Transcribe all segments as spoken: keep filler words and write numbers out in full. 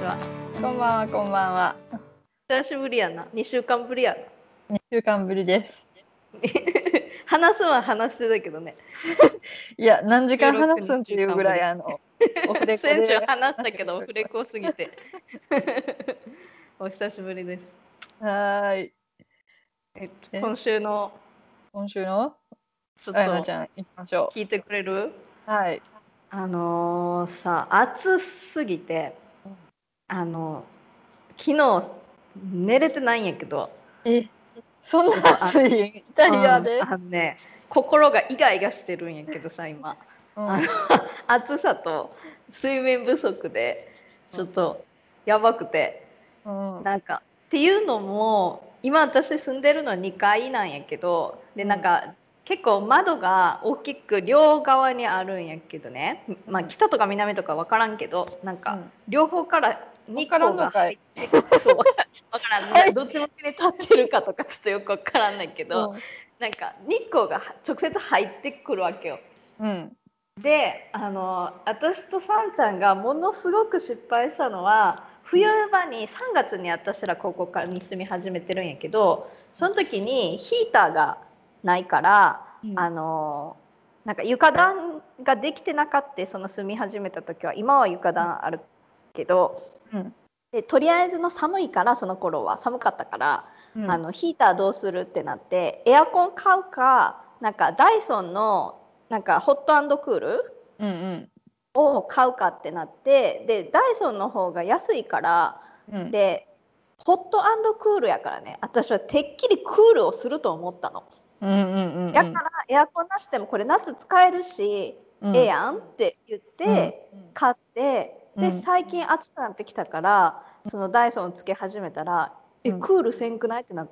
ちは。 こんばんは、こんばんは。 久しぶりやな。にしゅうかんぶりやにしゅうかんぶりです。 話すは話してたけどね。 いや、何時間話すんっていうぐらい、あの、オフレコ先週で。 話したけど、オフレコすぎて。お久しぶりです。 はーい。 えっと、今週の、 今週のちょっとあやなちゃん、行きましょ聞いてくれる？ う。はい。 あのーさ、暑すぎて、 うんあの、昨日寝れてないんやけど、 え、そんな暑いイタリアで、 うん、あのね、心がイガイガしてるんやけどさ、今。 うん、 あの暑さと睡眠不足でちょっとやばくて、 うん、 なんかっていうのも今私住んでるのはにかいなんやけど、でなんか結構窓が大きく両側にあるんやけどね、まあ北とか南とか分からんけど、なんか両方から日光が入ってそう分からん、はい、どっち向きに立ってるかとかちょっとよく分からんないけど、うん、なんか日光が直接入ってくるわけよ。うん、であの私とさんちゃんがものすごく失敗したのは、冬場にさんがつに私らここからに住み始めてるんやけど、その時にヒーターがないから、うん、あのなんか床暖ができてなかった。その住み始めた時は、今は床暖あるけど、うん、でとりあえずの寒いから、その頃は寒かったから、うん、あのヒーターどうするってなって、エアコン買うか、なんかダイソンのなんかホット&クール、うんうんを買うかってなって、でダイソンの方が安いから、うん、でホット&クールやからね、私はてっきりクールをすると思ったの。うんうんうんうん、やからエアコンなしでもこれ夏使えるし、うん、ええやんって言って買って、うん、で最近暑くなってきたからそのダイソンつけ始めたら、うん、えクールせんくないってなって、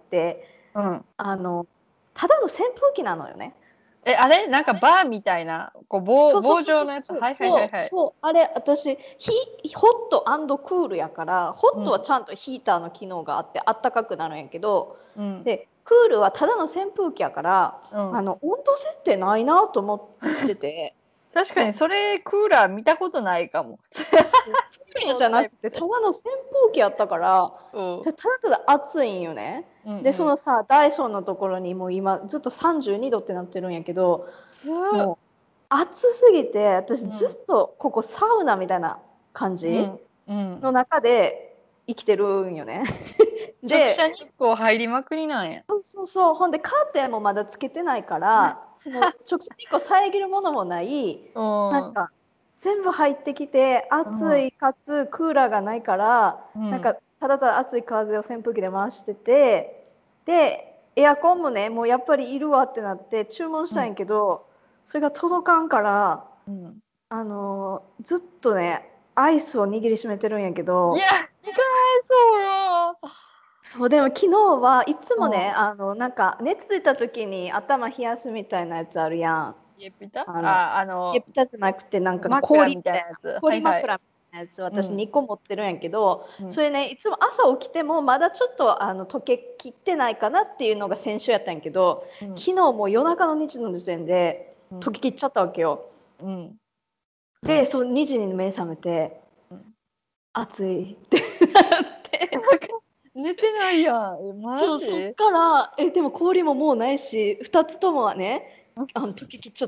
うん、あのただの扇風機なのよね。 え、あれなんかバーみたいな、こう棒、棒状のやつ。はいはいはいはい。 そう、あれ、私、ヒホット&クールやから、ホットはちゃんとヒーターの機能があって、あったかくなるんやけど、うん、で、クールはただの扇風機やから、うん、あの温度設定ないなと思ってて。 確かに、それクーラー見たことないかも。 じゃなくて、ただの扇風機やったから、うん、ただただ暑いんよね。うんうん、でそのさダイソンのところにもう今ずっとさんじゅうにどってなってるんやけど、もう暑すぎて私ずっとここサウナみたいな感じの中で生きてるんよね。 で直射日光入りまくりなんや。 そうそうそう、ほんでカーテンもまだつけてないからその直射日光遮るものもないなんか全部入ってきて暑いかつクーラーがないから、うん、なんかただただ暑い風を扇風機で回してて、でエアコンもねもうやっぱりいるわってなって注文したんやけど、うん、それが届かんから、うん、あのずっとねアイスを握りしめてるんやけど、 いやかわいそうそうでも昨日はいつもね、あのなんか熱出た時に頭冷やすみたいなやつあるやん。 イエピタ？ あのああのイエピタじゃなくてなんか氷みたいなやつ、氷枕みたいなやつ、私にこ持ってるんやけど、うん、それねいつも朝起きてもまだちょっとあの溶けきってないかなっていうのが先週やったんやけど、うん、昨日もう夜中のにじの時点で溶けきっちゃったわけよ。うん、でそうにじに目覚めて、うん、暑いってなって寝てないやん。え、マジ？ そう、そっからえでも氷ももうないしふたつともはねあの溶けきっちゃって、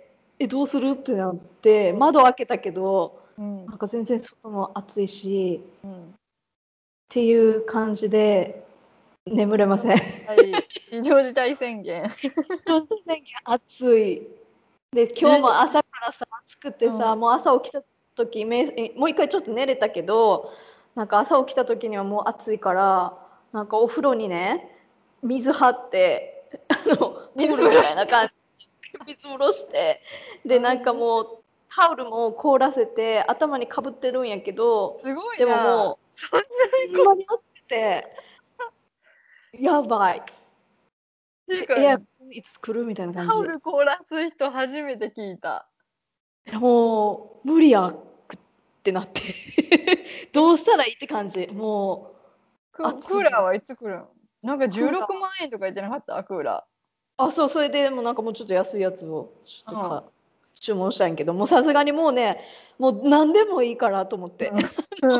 えどうするってなって窓開けたけど、うん、なんか全然外も暑いし、うん、っていう感じで眠れません。 非常事態宣言。 非常事態宣言暑い。で今日も朝からさ暑くてさ、うん、もう朝起きた時めもう一回ちょっと寝れたけど、なんか朝起きた時にはもう暑いからなんかお風呂にね水張ってあの水風呂みたいな感じ水風呂してでなんかもうタオルも凍らせて頭にかぶってるんやけど、 すごいな。 でももうそんなに暑くてやばい。エアコンいつ来るみたいな感じ。 タオル凍らす人初めて聞いた。 もう無理やってなってどうしたらいいって感じ。もうクーラーはいつ来るん？なんかじゅうろくまんえんとか言ってなかったクーラー。あ、そう、それでもなんかもうちょっと安いやつをちょっとか、うん、注文したんやけど、もうさすがにもうねもう何でもいいからと思って、 うん、扇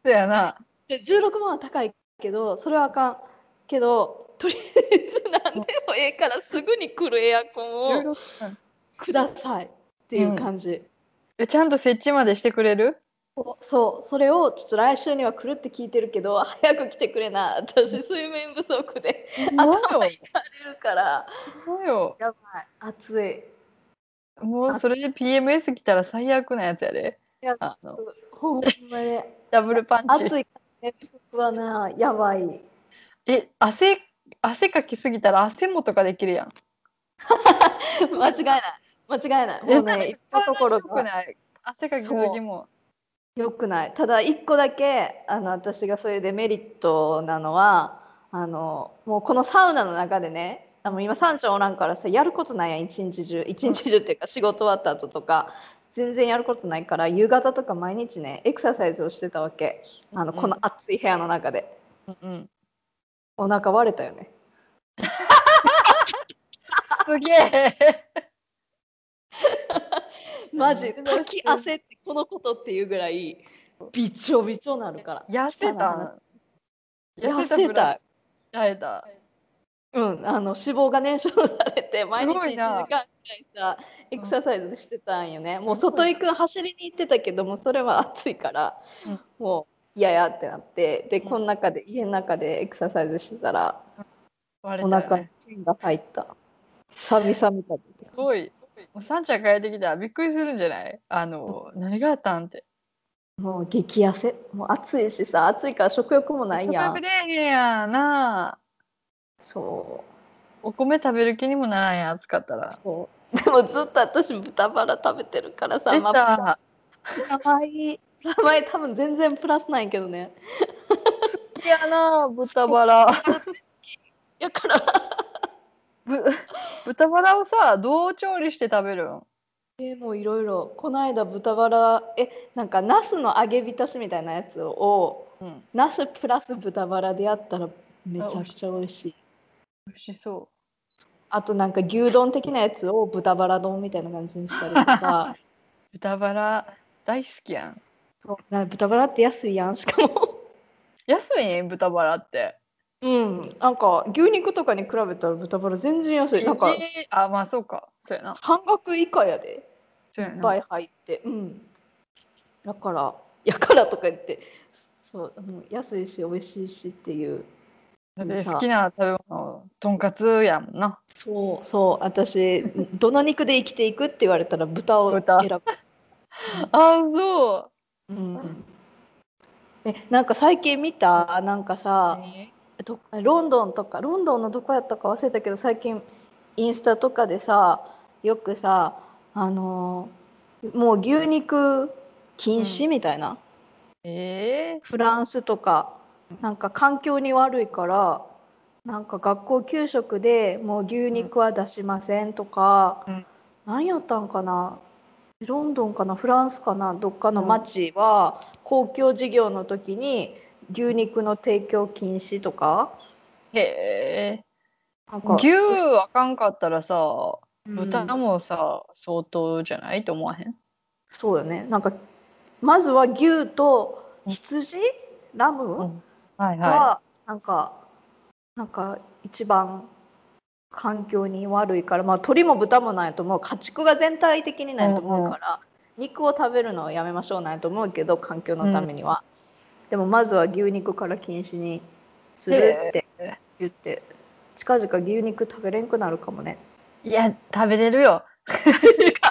そうやな。 でじゅうろくまんは高いけどそれはあかんけどとりあえず何でもええからすぐに来るエアコンをじゅうろくまん。 くださいっていう感じ、 え、ちゃんと設置までしてくれる？ おそうそれをちょっと来週には来るって聞いてるけど早く来てくれな私睡眠不足でほんま頭よ。 いかれるからほんまよ。 やばい暑いもうあそれで ピーエムエス 来たら最悪なやつやで。 いやあの、 ほんまにダブルパンチ。 暑いから寝不足はなやばいえ、汗、汗かきすぎたら汗もとかできるやん。 間違いない間違いないもうねいったところよくがない。汗かきすぎも。 よくないただ一個だけあの私がそれでメリットなのはあのもうこのサウナの中でねあの今サンちゃんおらんからさやることないやん一日中一日中っていうか仕事終わった後とか全然やることないから夕方とか毎日ねエクササイズをしてたわけあのうんこの暑い部屋の中でうんうん。 お腹割れたよねすげえ。 マジうんかき汗ってこのことっていうぐらいびちょびちょなるから痩せ汚い話たん？痩せ痩せたたプラス鍛えた。 うん、あの脂肪が燃焼されて毎す日1 ごいな。 時間くらいさエクうんササイズしてたんよねもうすごい外行く走りに行ってたけどもそれは暑いからうんもう嫌やってなってでうんこの中で家の中でエクササイズしてたら割お腹にれたよね。 線が入った久々見たってすごい。もうサンちゃん帰ってきたらびっくりするんじゃない？あの、何があったんって。 もう激痩せもう暑いしさ暑いから食欲もないやん食欲出えへんやんな。 そお米食べる気にもならんやん、暑かったら。 うそうでもずっと私豚バラ食べてるからさ出まあた。 プラマイプラマイ多分全然プラスないけどね好きやな、豚バラ。 やからぶ豚バラをさ、どう調理して食べるん？ えもういろいろこの間豚バラえなんかナスの揚げ浸しみたいなやつをうん。 ナスプラス豚バラでやったらめちゃくちゃ美味しい美味しそあとなんか牛丼的なやつを豚バラ丼みたいな感じにしたりとかう。豚バラ大好きやん。 そうなんか豚バラって安いやんしかも安いん？豚バラって。 うんなんか牛肉とかに比べたら豚バラ全然安いなんかえー、あ、まあそうか。そうやな。 半額以下やでそうやな。 いっぱい入ってうんだからやからとか言ってそうもう安いし美味しいしっていうだってさ好きな食べ物、とんかつやもんな。 そうそう私どの肉で生きていくって言われたら豚を豚。 選ぶ、 あ、そうんうん、えなんか最近見たなんかう。 さ何？ どロンドンとかロンドンのどこやったか忘れたけど最近インスタとかでさよくさあのもう牛肉禁止みたいな、 えフランスとかなんか環境に悪いからなんか学校給食でもう牛ー、 肉は出しませんとか、 うん、 何やったんかなロンドンかなフランスかなどっかのうん。 町は公共事業の時に牛肉の提供禁止とかへえ。 なんか牛あかんかったらさ、豚うんもさ、相当じゃないと思わへん？ そうよねなんかまずは牛と羊ラムうん。はいはい。 がなんかなんか一番環境に悪いから、まあ、鳥も豚もないと思う家畜が全体的にないと思ううんから肉を食べるのはやめましょうないと思うけど環境のうん。うん。 ためにはでもまずは牛肉から禁止にするへってえ。 言って近々牛肉食べれんくなるかもね。 いや、食べれるよ。食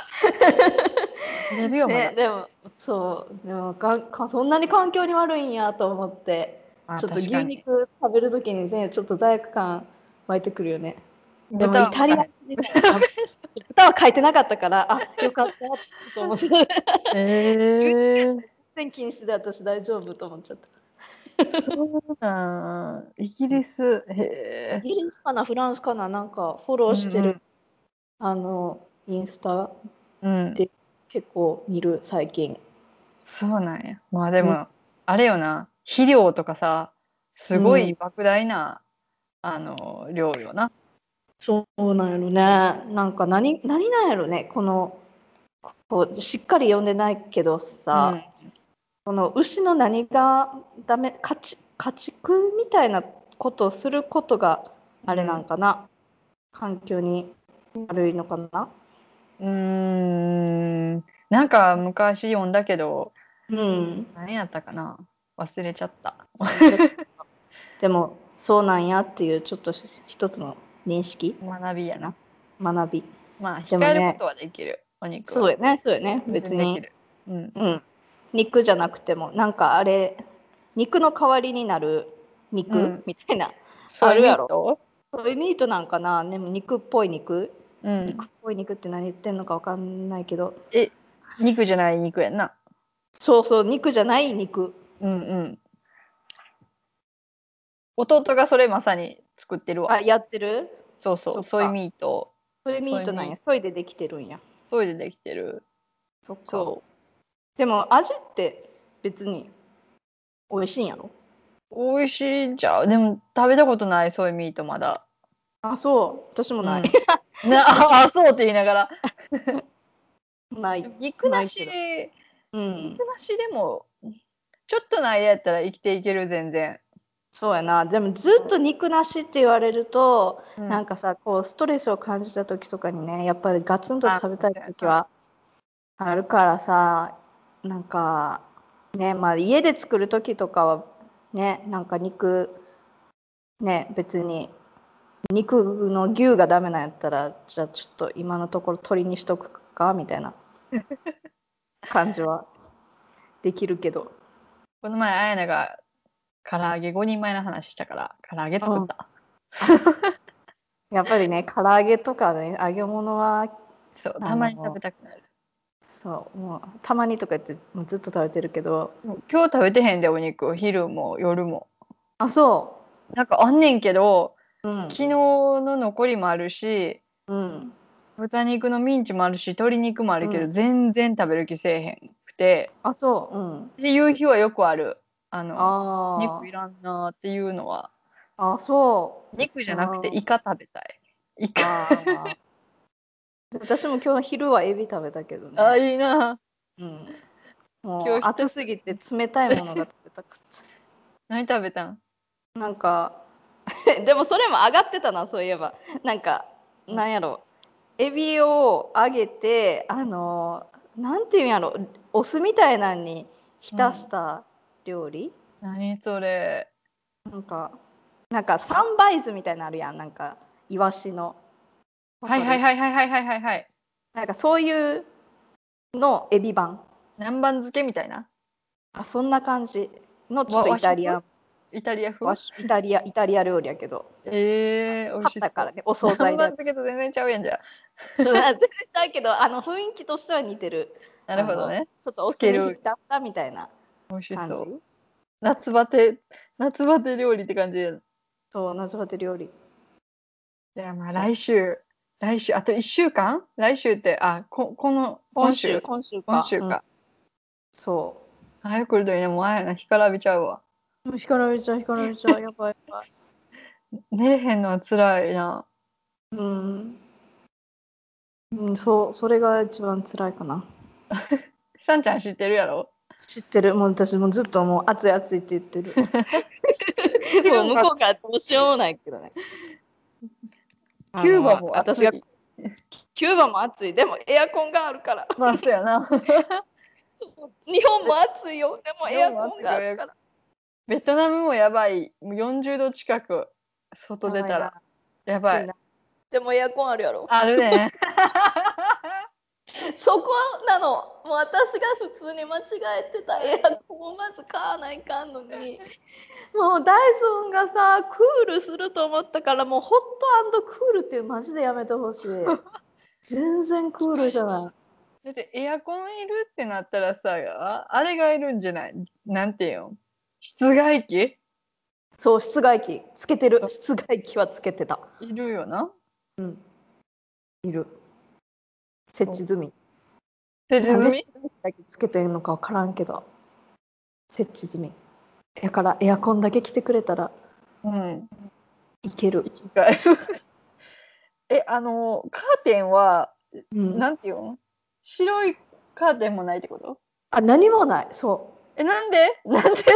べれるよ、まだ。 ねでもそうでもかかそんなに環境に悪いんやと思ってあ、 ちょっと牛確かに。 肉食べる時にねちょっと罪悪感湧いてくるよね。でも豚は分イタリアかへん。 時代あ歌は書いてなかったからあよかったってちょっと思ってへえ。 全然禁止で私大丈夫と思っちゃった。 そうなん。イギリス。へえ。 イギリスかなフランスかななんかフォロうーしてるんあのインスタうん。うん。 で結構見る最近。 そうなんや。まあでうん、 も、あれよな。肥料とかさ、すごいうん、 莫大な、あの、量よな。 そうなんやろね。なんか何何なんやろねこのこうしっかり読んでないけどうん。 さこの牛の何がダメ、家畜家畜みたいなことをすることがあれなんかな、うん、環境に悪いのかな。 うーん、なんか昔読んだけど、 うん、 何やったかな、忘れちゃった。 でもそうなんやっていうちょっと一つの認識、 学びやな。 学び。 まあでもね、 控えることはできる、お肉は。 そうよね、そうよね、別に、 別にできる。うん、 うん、肉じゃなくてもなんかあれ肉の代わりになる肉、うん、みたいなソイミート？ ソイミートなんかな。でも肉っぽい肉、 うん、 肉っぽい肉って何言ってんのか分かんないけど、 え、肉じゃない肉やんな。 そうそう、肉じゃない肉。 うんうん。弟がそれまさに作ってるわ。 あ、やってる。 そうそう、ソイミート。 ソイミートなんや。ソイでできてるんや。 ソイでできてる。 そっか。 そう。 でも味って別に美味しいんやろ？ 美味しいんちゃう。でも食べたことない、ソイミートまだ。 あ、そう。私もない。 うん、なあ、あ、そうって言いながら。 ない。 肉なし、うん、肉なしでもちょっとの間やったら生きていける、全然。 そうやな。でもずっと肉なしって言われると、うん、なんかさ、こうストレスを感じた時とかにね、やっぱりガツンと食べたい時はあるからさ、なんかね、まあ家で作る時とかはね、なんか肉ね、別に肉の牛がダメなんやったら、じゃあちょっと今のところ鶏にしとくかみたいな感じはできるけど。 この前あやなが唐揚げごにんまえの話したから唐揚げ作った。 やっぱりね、唐揚げとかね、揚げ物はそうたまに食べたくなる。 そうもうたまにとか言ってもうずっと食べてるけど、 今日食べてへんで、お肉。昼も夜も。 あ、そう、 なんかあんねんけど、 うん、 昨日の残りもあるし、 うん、 豚肉のミンチもあるし、鶏肉もあるけど、 うん、 全然食べる気せえへんくて。 あ、そう、うん、 っていう日はよくある。あのあ肉いらんなっていうのは。 あ、そう、 肉じゃなくてうん、 イカ食べたい。イカ。 ああ、私も今日昼はエビ食べたけどね。 あ、いいな。 うん、もう今日暑すぎて冷たいものが食べたくて。 何食べたん？ なんかでもそれも上がってたな、そういえば。なんか、なんやろ、エビを揚げて、あのなんていうんやろ、お酢みたいなのに浸した料理、 うん、何それ。 なんかなんかサンバイズみたいなのあるやん、なんかイワシの、 はいはいはいはいはいはいはいはい。 なんかそういうのエビ版、 南蛮漬けみたいな。 あ、そんな感じのちょっとイ和タリアン、 イタリア風。 イタリアイタリア料理やけど、 えー、美味買っしそう。 たからね、お惣南蛮菜で。 漬けと全然ちゃうやんじゃ。 そう全然ちゃうけど、あの雰囲気としては似てる。 なるほどね。 ちょっとお酢に浸したみたいな美味し感じ。 そう。夏バテ、夏バテ料理って感じや。 そう、夏バテ料理。 じゃあまあ来週、来週、あといっしゅうかん？来週って、あ、ここの、 今週、今週か。 今週か。 うん、そ早く来るといいね。もうあやな、干からびちゃうわ。 う。もう干からびちゃう、干からびちゃう。やばいやばい。 寝れへんのは辛いな。 うん。うん、そう、それが一番辛いかな。 さんちゃん知ってるやろ？ 知ってる。もう私もずっともう暑い暑いって言ってる。もう向こうからどうしようもないけどね。 キューバも暑い。 私がキューバも暑い。でもエアコンがあるから。 まあそうやな。 日本も暑いよ。でもエアコンがあるから。 ベトナムもやばい。もうよんじゅうど近く外出たらやばい。 でもエアコンあるやろ。 あるね。 そこなの。もう私が普通に間違えてた。エアコンをまず買わないかんのに。もうダイソンがさ、クールすると思ったから、もうホット&クールっていうマジでやめてほしい。全然クールじゃない。 だってエアコンいるってなったらさ、あれがいるんじゃない？なんていうの？室外機？ そう、室外機つけてる。室外機はつけてた。 いるよな。 うん。いる。設置済み。 設置済み？ つけてるのか分からんけど、設置済み。だからエアコンだけ来てくれたら、 うん。 いける。 え、あのカーテンは、 うん、 なんていうの？白いカーテンもないってこと？ あ、何もない。そえ、なんでなんでって。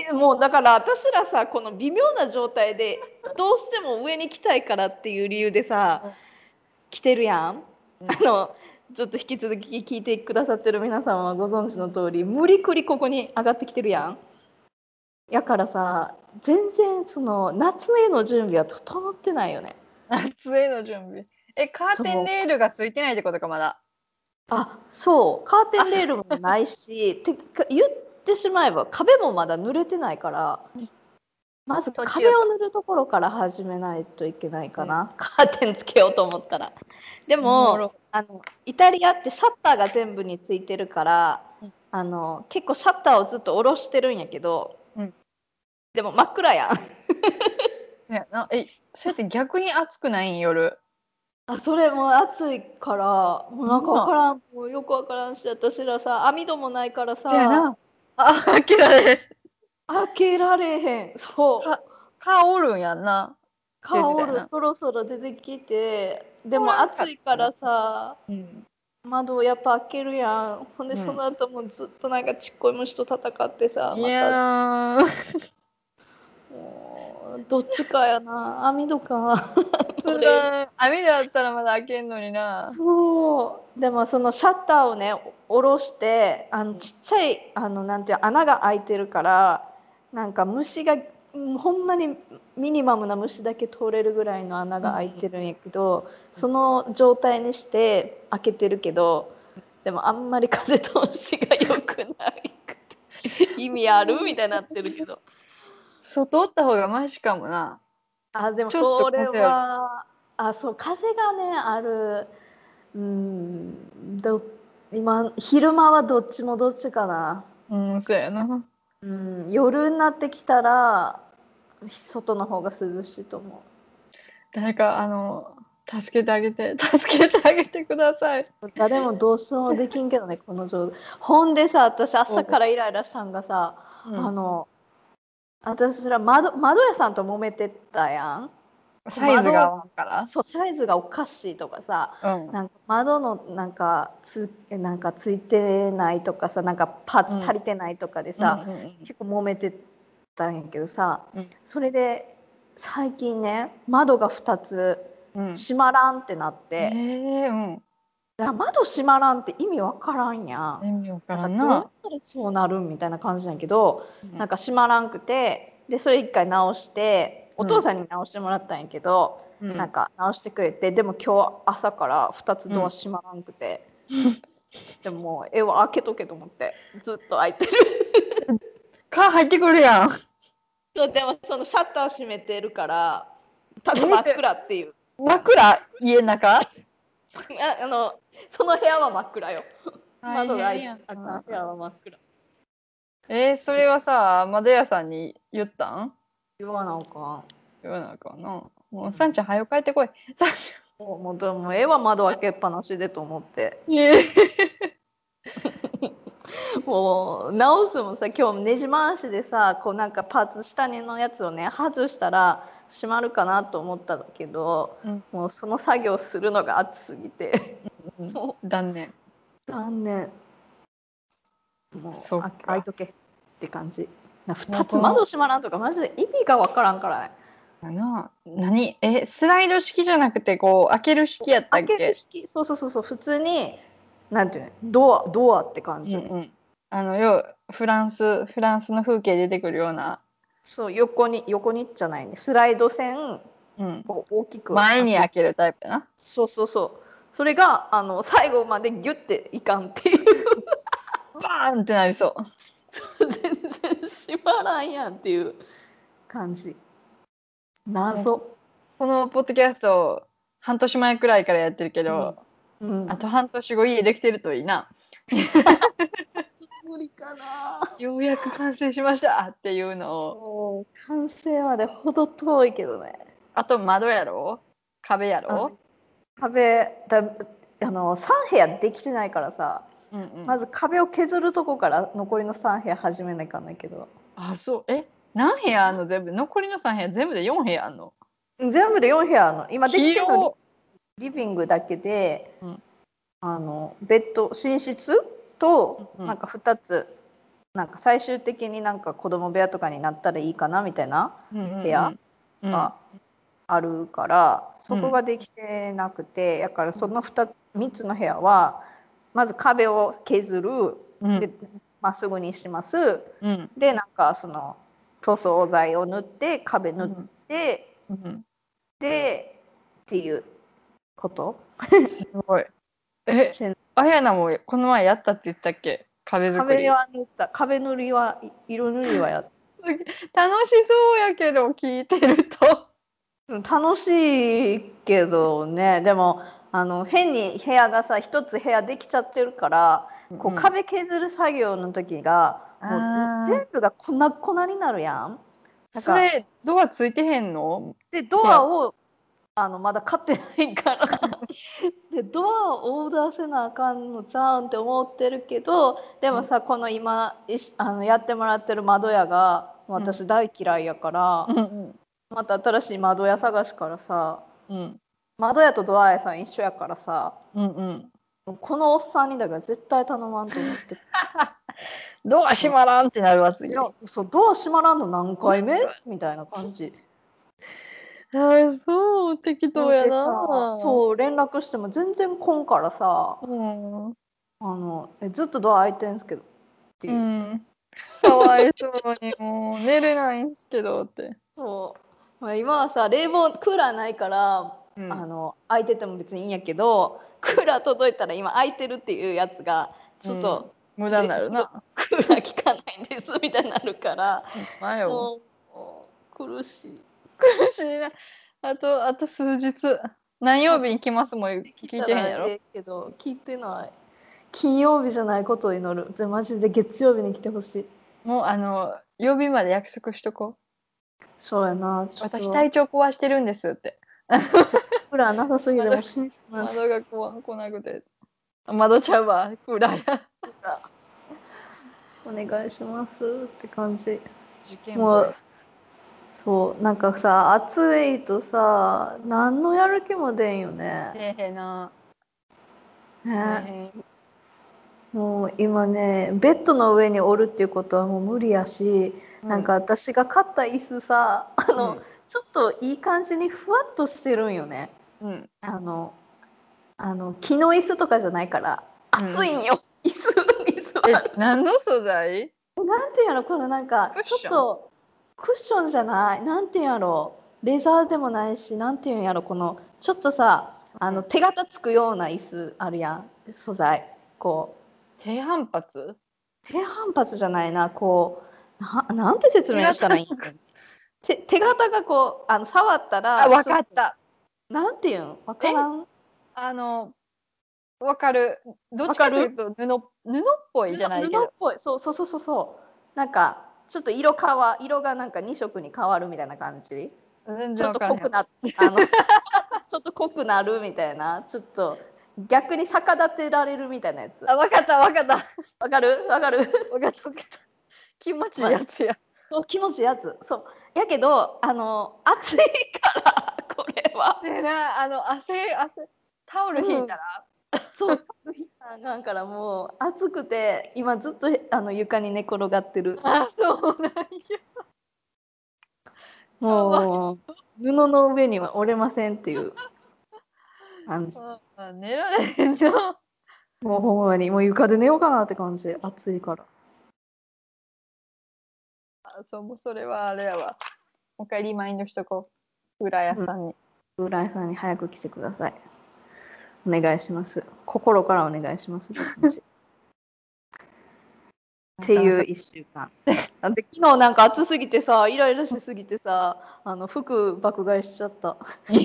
えもうだから私らさこの微妙な状態でどうしても上に来たいからっていう理由でさ来てるやん。 うん。 あのずっと引き続き聞いてくださってる皆さんはご存知の通り無理くりここに上がってきてるやん。やからさ全然その夏への準備は整ってないよね。 夏への準備。え、カーテンそうレールがついてないってことか、まだ。 あそうカーテンレールもないしてか言ってしまえば壁もまだ濡れてないからまず途中壁を塗るところから始めないといけないかうん。 な、カーテンつけようと思ったら。でおもろ。 もあのイタリアってシャッターが全部についてるからうんあの結構シャッターをずっと下ろしてるんやけどうん。 でも真っ暗やん。 いやなえ、そうやって逆に暑くないん、夜。 あそれも暑いからもうなんか分まあ、 からんもうよく分からんし私らさ網戸もないからさそやな。あ、開けられへん。 開けられへんそか、 う蚊おるんやんな。って言ってたよな。 香るそろそろ出てきてでもおらんかったな。 暑いからさうん。 窓をやっぱ開けるやんほんでうん。 その後もずっとなんかちっこい虫と戦ってさいまたやー、 もうどっちかやな網戸かつ俺らい。網だったらまだ開けんのにな。 そうでもそのシャッターをね下ろしてあのうん。 ちっちゃいあのなんていう穴が開いてるからなんか虫がうんほんまにミニマムな虫だけ通れるぐらいの穴が開いうんうんてるんやけどその状態にして開けてるけどでもあんまり風通しが良くないくて意味あるみたいになってるけど外おった方がマシかもな。 あでもちょっとそれ風ある。 はあそう風がねあるうんど今昼間はどっちもどっちかな、 うん、そうやな。 うん、夜になってきたら外の方が涼しいと思誰か、あの、助けてあげて、助けてあげてください。 う誰もどうしようもできんけどねこの状態ほんでさ私朝おからイライラしたんがさうん。 あの私ら窓窓屋さんと揉めてたやんサイズが合窓わんから。 そうサイズがおかしいとかさうん。 なんか窓のなんかつなんかついてないとかさなんかパーうん。 ツ足りてないとかでうんうさ、 ん結構揉めてたんやけどさうん。 それで最近ね窓がふたつうん。 閉まらんってなっえて、 えうん。 だから窓閉まらんって意味わからんやん。 意味わかなんからんな。 どうやったらそうなるみたいな感じなんやけどうん。 なんか閉まらんくてでそれ一回直しておうん。 父さんに直してもらったんやけどうん。 なんか直してくれてでも今日朝からふたつうん。 ドア閉まらんくてでももう絵は開けとけと思ってずっと開いてる蚊入ってくるやん。 そうでもそのシャッター閉めてるからただえ真っ暗っていう枕家の中ああのその部屋は真っ暗よ大窓が開い変やあかんな。 部屋は真っ暗えー、それはさ、窓屋さんに言ったん言わなあかん言わなあかんな。もう、さんちゃん、早く帰ってこい。さんちもうもうでも絵は窓開けっぱなしでと思ってゃん。えもう直すもさ今日ねじ回しでさこうなんかパーツ下のやつをね外したら閉まるかなと思ったけどうん、 もうその作業するのが暑すぎてうん、 も断念。 う残念もうあそっか。 開いとけって感じなも 2つうこの、 窓閉まらんとかマジで意味がわからんからねあの、何え、スライド式じゃなくて、こう、開ける式やった開けるっけ式そうそうそうそう普通になんていうのドアドアって感じうんうん。あの、要はフランス、フランスの風景出てくるような、 そう横に横にじゃないねスライド線うん。 こう大きく前開けに開けるタイプやな。 そうそうそうそれがあの最後までギュッていかんっていうバーンってなりそう。 全然閉まらんやんっていう感じもう、 謎このポッドキャスト、半年前くらいからやってるけうんど、 うんあと半年後家できてるといいな。 無理かなようやく完成しましたっていうのを。 そう完成までほど遠いけどねあと窓やろ壁やあろ壁だあのさん部屋できてないからさうんうん。 まず壁を削るとこから残りのさん部屋始めないかんないけどあ、そう。え、何部屋あんの全部。残りのさん部屋全部でよん部屋あんの全部でよん部屋あるの今できてるのリ広リビングだけでうんあのベッド寝室とうんなんかふたつなんか最終的になんか子供部屋とかになったらいいかなみたいな部屋があるから、そこができてなくて、だからその 2, みっつの部屋はまず壁を削る、でまっすぐにします、うん、でなんかその塗装材を塗って壁塗って、うんうん、でっていうことすごい。え、あやなもこの前やったって言ったっけ？壁作り。 壁は塗った。壁塗りは色塗りはやった。 楽しそうやけど聞いてると楽しいけどね。でもあの変に部屋がさ一つ部屋できちゃってるから、こう壁削る作業の時が、うん、もう全部が粉々になるやん。 なんかそれドアついてへんの？ でドアをあのまだ買ってないからでドアをオーダーせなあかんのちゃうんって思ってるけど、でもさ、この今あのやってもらってる窓屋が私大嫌いやから、うん、また新しい窓屋探しからさ、うん、窓屋とドア屋さん一緒やからさ、うんうん、このおっさんにだから絶対頼まんと思ってドア閉まらんってなるわ次。 そう、ドア閉まらんの何回目みたいな感じ。 あ、そう適当やな。 そう連絡しても全然来んからさ、うん、あのえずっとドア開いてんすけどっていう、うん、 かわいそうにもう寝れないんすけどって。 そう、まあ、今はさ冷房クーラーないから、うん、あの開いてても別にいいんやけど、クーラー届いたら今開いてるっていうやつがちょっと、 うん、無駄になるな。 クーラー効かないんですみたいになるから、もう苦しい苦しいな。あとあと数日何曜日に来ますも聞いてへんやろ。 けど聞いてない。金曜日じゃないことを祈る。マジで月曜日に来てほしい。 もうあの曜日まで約束しとこう。そうやな。 私体調壊してるんですって。 クーラーなさすぎても窓が来なくて。窓ちゃうわクーラーや。 お願いしますって感じ。受験もうそうなんかさ暑いとさ何のやる気も出んよね。 出へんな。 ね。もう今ねベッドの上におるっていうことはもう無理やし、うん、なんか私が買った椅子さあの、うん、ちょっといい感じにふわっとしてるんよね。うん、あのあの木の椅子とかじゃないから暑いんよ、うん、椅子椅子は。 え何の素材？ なんていうのこのなんかちょっとクッションじゃないなんていうんやろレザーでもないしなんていうんやろこのちょっとさあの手形つくような椅子あるやん素材こう低反発低反発じゃないなこう な, なんて説明したらいいの手手形がこうあの触ったらあ分かったなんていうん分からんあの分かるどっちかというと布布っぽいじゃないけど布っぽいそうそうそうそうそうなんかちょっと色変わ色がなんかに色に変わるみたいな感じ全然分からへんちょっと濃くなあのちょっと濃くなるみたいなちょっと逆に逆立てられるみたいなやつあ分かった分かった分かる分かる分かった気持ちいいやつや、 まあ、そう気持ちいいやつそうやけどあの暑いからこれはでなあの汗汗タオル引いたら、 うん、そうなんからもう暑くて今ずっとあの床に寝転がってる。 あそうなんや。 もう布の上には折れませんっていう感じ。 あ寝られへんな。 もうほんまにもう床で寝ようかなって感じ暑いから。 あそうもうそれはあれやわ。もう一回リマインドしとこう。浦屋さんに。 うん、浦屋さんに早く来てください。お願いします。心からお願いしますって感じ。っていういっしゅうかんで昨日なんか暑すぎてさイライラしすぎてさあの服爆買いしちゃった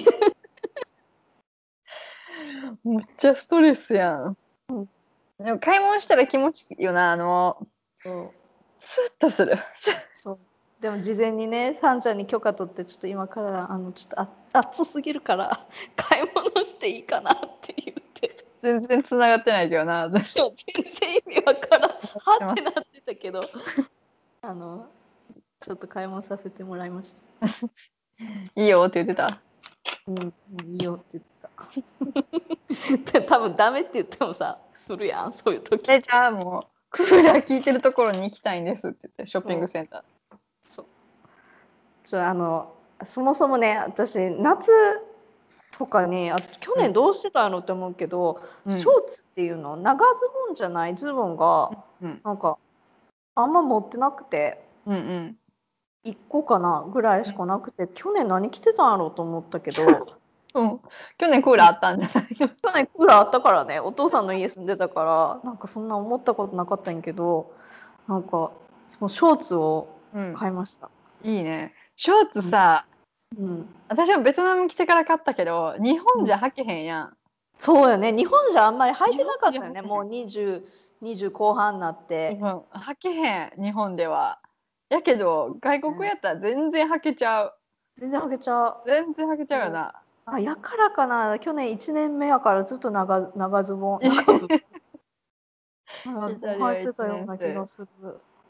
めっちゃストレスやん、うん、でも買い物したら気持ちいいよなあのそうスッとするそうでも事前にねさんちゃんに許可取ってちょっと今からあのちょっとあ暑すぎるから買い物していいかなって言って全然つながってないけどな全然意味わからんはってなってたけどあのちょっと買い物させてもらいましたいいよって言ってたうんいいよって言った多分ダメって言ってもさするやんそういう時えじゃあもクーラー効いてるところに行きたいんですって言ってショッピングセンター。 そうちょあのそもそもね私夏とかにあ去年どうしてたのって思うけど、 うん、 ショーツっていうの長ズボンじゃないズボンが、 うん、 なんかあんま持ってなくてうんうんいっこかなぐらいしかなくて、去年何着てたんやろうと思ったけどうん、去年クーラーあったんじゃないの？ 去年クーラーあったからねお父さんの家住んでたからなんかそんな思ったことなかったんやけどなんかそのショーツを買いました、 うん、いいね。ショーツさ、 うん、 私はベトナム来てから買ったけど日本じゃ履けへんやん。 そうよね日本じゃあんまり履いて日本なかったよじゃ履けへん。 ねもうにじゅう、にじゅう後半になっうんて、 履けへん日本では。やけど外国やったら全然履けちゃう。 全然履けちゃう。 全然履けちゃうよな。 あやからかな去年いちねんめやからずっと長長ズボン長ズボン長ズボンイタリア1 履いてたよう年生。 な気がする。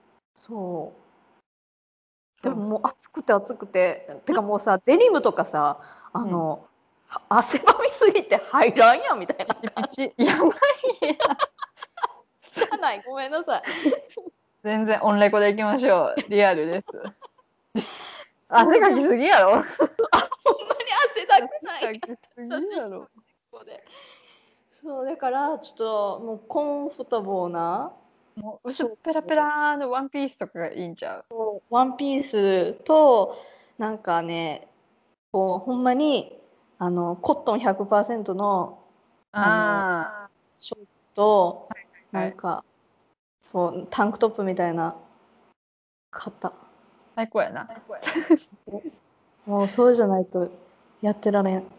そうでそうそう。 ももう暑くて暑くててかもうさデニムとかさあうん、 の、は汗ばみすぎて入らんやんみたいなピチ感ピチやばいやん。 じじゃないごめんなさい。 全然オンレコでいきましょう。リアルです。 そう汗かきすぎやろ。 ほんまに汗だくない汗かきすぎやろ。 ここでそうだからちょっともうコンフォタボーなもう薄っぺらぺらのワンピースとかがいいんちゃう？ ワンピースとなんかねこうほんまにあのコットンひゃくパーセントのあのあショーツとあ、はい。 なんかそうタンクトップみたいな買った。 最高やな。 もうそうじゃないとやってられん。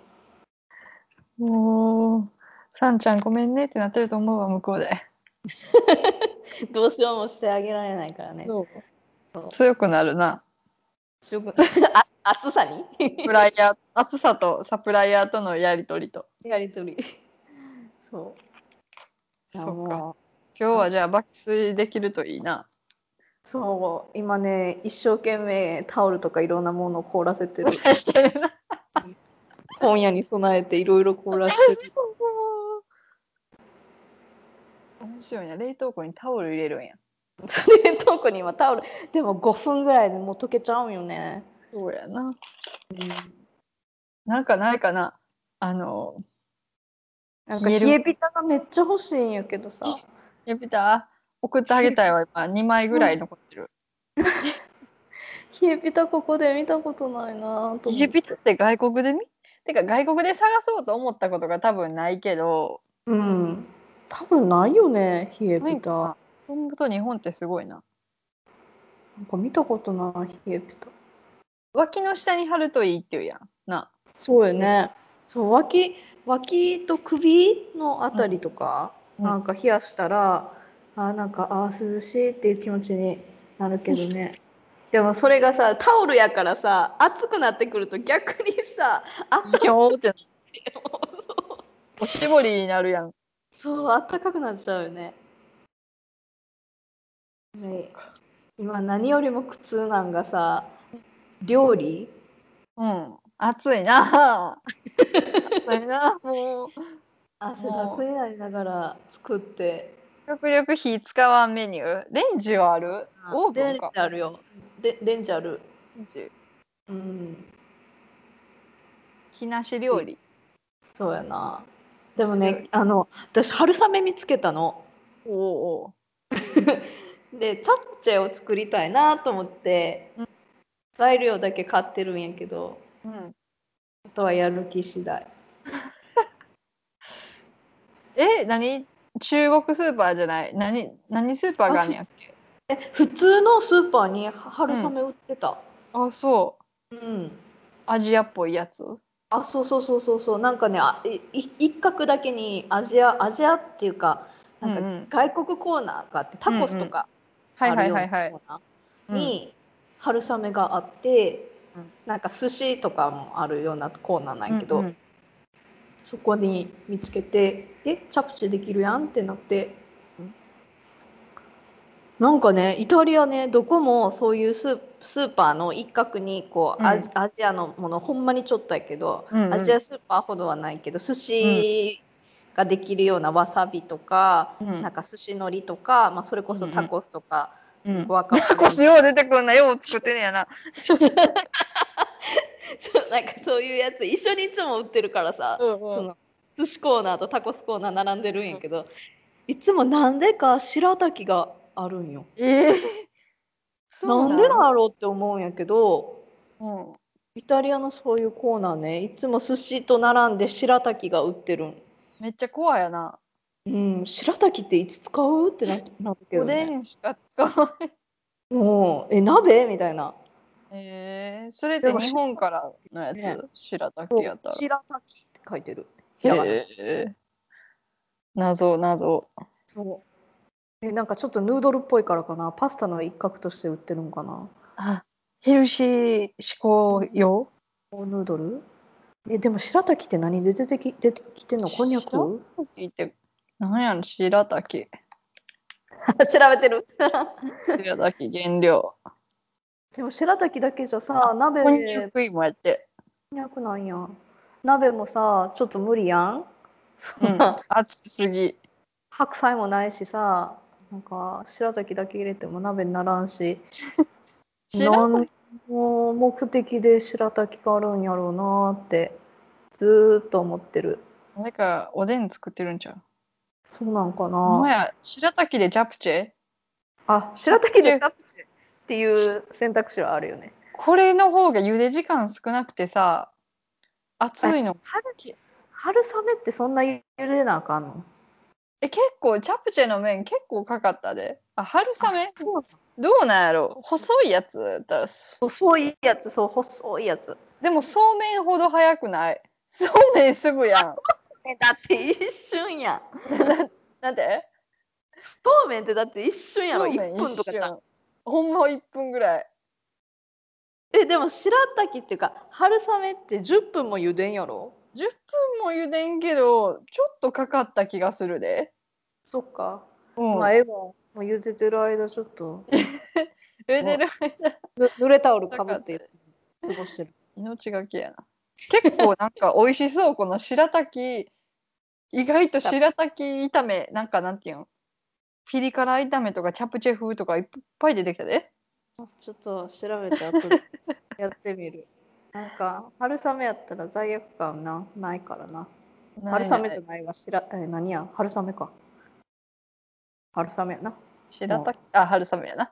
もう、さんちゃんごめんねってなってると思うわ、向こうで。 どうしようもしてあげられないからね。 そうそう強くなるな。 強くあ暑さにプライヤー、暑さとサプライヤーとのやりとりと。 やりとり。そう。いやそうか。 もう今日はじゃあ爆睡できるといいな。 そう今ね一生懸命タオルとかいろんなものを凍らせてる。 してるな。 今夜に備えていろいろ凍らしてる。 面白いな。冷凍庫にタオル入れるんや。 それ冷凍に今タオルでもごふんぐらいでもう溶けちゃうんよね。 そうやな。 うん、 なんかないかな。あの、 なんか冷えピタがめっちゃ欲しいんやけどさ。 やびた送ってあげたいわ、今。にまいぐらい残ってる。 冷えピタここで見たことないなと思冷えって。 ピタって外国で見てか外国で探そうと思ったことが多分ないけど、 うん。多分ないよね冷えピタ。な本当日本ってすごいな。 んか見たことない冷えピタ。 脇の下に貼るといいっていうやん。な。 そうよね。そう脇脇と首のあたりとか、 うんなんか冷やしたら、あなんかあ涼しいっていう気持ちになるけどね。でもそれがさタオルやからさ暑くなってくると逆にさあったキョーっておしぼりになるやん。 そうあったかくなっちゃうよね。ね今何よりも苦痛なんがさ料理うん。暑いな。暑いな。もう。 汗だくになりながら作って極力火使わんメニュー。レンジはある？オーブレンンか。 ジあるよでレンジある。 レンジ。 うん火なし料理。 そうやな。でもねあの私春雨見つけたの。 おおお。 でチャプチェを作りたいなと思ってうん材料だけ買ってるんやけどうん。 あとはやる気次第。 え、何？中国スーパーじゃない。何何スーパーがあんねやっけ？ え普通のスーパーに春雨売ってた。 あ、そう。 うん。 アジアっぽいやつ。 あ、そうそうそうそうそう、なんかね、あ、いい一角だけにアジア、アジアっていうか、なんかうんうん。 外国コーナーがあって、タうんうん。 コスとかはいはいあるようなはいはい。 コーナーうんに春雨があって、 うん。 なんか寿司とかもあるようなコーナーなんやけど、 うんうん。 そこに見つけて、え、チャプチェできるやんってなって、 うんなんかね、イタリアね、どこもそういうスー、スーパーの一角にこうアジ、 うんアジアのものほんまにちょっとやけど、 うんうんアジアスーパーほどはないけど、寿うん司ができるようなわさびとか、 うん、 なんか寿司のりとか、まあ、それこそタコスとか、 うん、 グアカモレタコスよう出てくんな、よう作ってるんやな。 そうなんかそういうやつ一緒にいつも売ってるからさ、 うんうんその寿司コーナーとタコスコーナー並んでるんやけど、いつもなんでか白滝があるんよ。 ええー、そうなんでなん。 だろうって思うんやけど、 うん、 イタリアのそういうコーナーね、いつも寿司と並んで白滝が売ってるん。 めっちゃ怖いやな。 うん、白滝っていつ使うってななるけおでどね。 んしか使わない。 もう、え、鍋みたいな。 ええー、それっでも、 て日本からのやね、 つ白滝そうやったら。 白滝って書いてる。ひらがな。 へえ、謎謎。 そう。え、なんかちょっとヌードルっぽいからかな。パスタの一角として売ってるのかな。 あ、ヘルシー志向用。 ヌードルえ、でも白滝って何で出てき、出てきてんの？こんにゃく？ 白滝って何やろ、白滝。 調べてる。 白滝原料。 でも白滝だけじゃあ、 さ、鍋、 こんにゃく芋やって。 こんにゃくなんや。鍋もさ、ちょっと無理やん。そうん、 んな熱すぎ。 白菜もないしさ、なんか白滝だけ入れても鍋にならんし、 白何滝、 の目的で白滝があるんやろうなってずーっと思ってる。 なんかおでん作ってるんちゃう。 そうなんかほんまな。 や、白滝でジャプチェ。 あ、 ジャ白滝でチプチェ、 ャプチェっていう選択肢はあるよね。 これの方が茹で時間少なくてさ、熱いえ、 の。 春春雨ってそんな茹でなあかんの？ え、結構、チャプチェの麺結構かかったで。あ、春あ、 雨そうどうなんやろ、細いやつだったら。 細いやつ、そう細いやつ。 でもそうめんほど早くない。そうめんすぐやん。 え、だって一瞬やん。 な、なんで。 そうめんってだって一瞬やろ。1 そうめん一分とかじゃん。 瞬。ほんまいっぷんぐらい。 え、でも白滝っていうか春雨ってじゅっぷんも茹でんやろ。 じゅっぷんも茹でんけど、ちょっとかかった気がするで。 そっか。 うん。 まあ、ええわ。もう茹でてる間ちょっと、 茹でもる間うぬ濡れタオルかぶってかかったで。 過ごしてる。 命がけやな。結構なんか美味しそう、この白滝。意外と白滝炒め、なんかなんていうん、ピリ辛炒めとかチャプチェ風とかいっぱい出てきたで。 ちょっと調べて後でやってみる。なんか春雨やったら罪悪感なないからな。春ないない。 雨じゃないわ。しらえ何や春雨か。春雨やな。もう白滝、あ、春雨やな。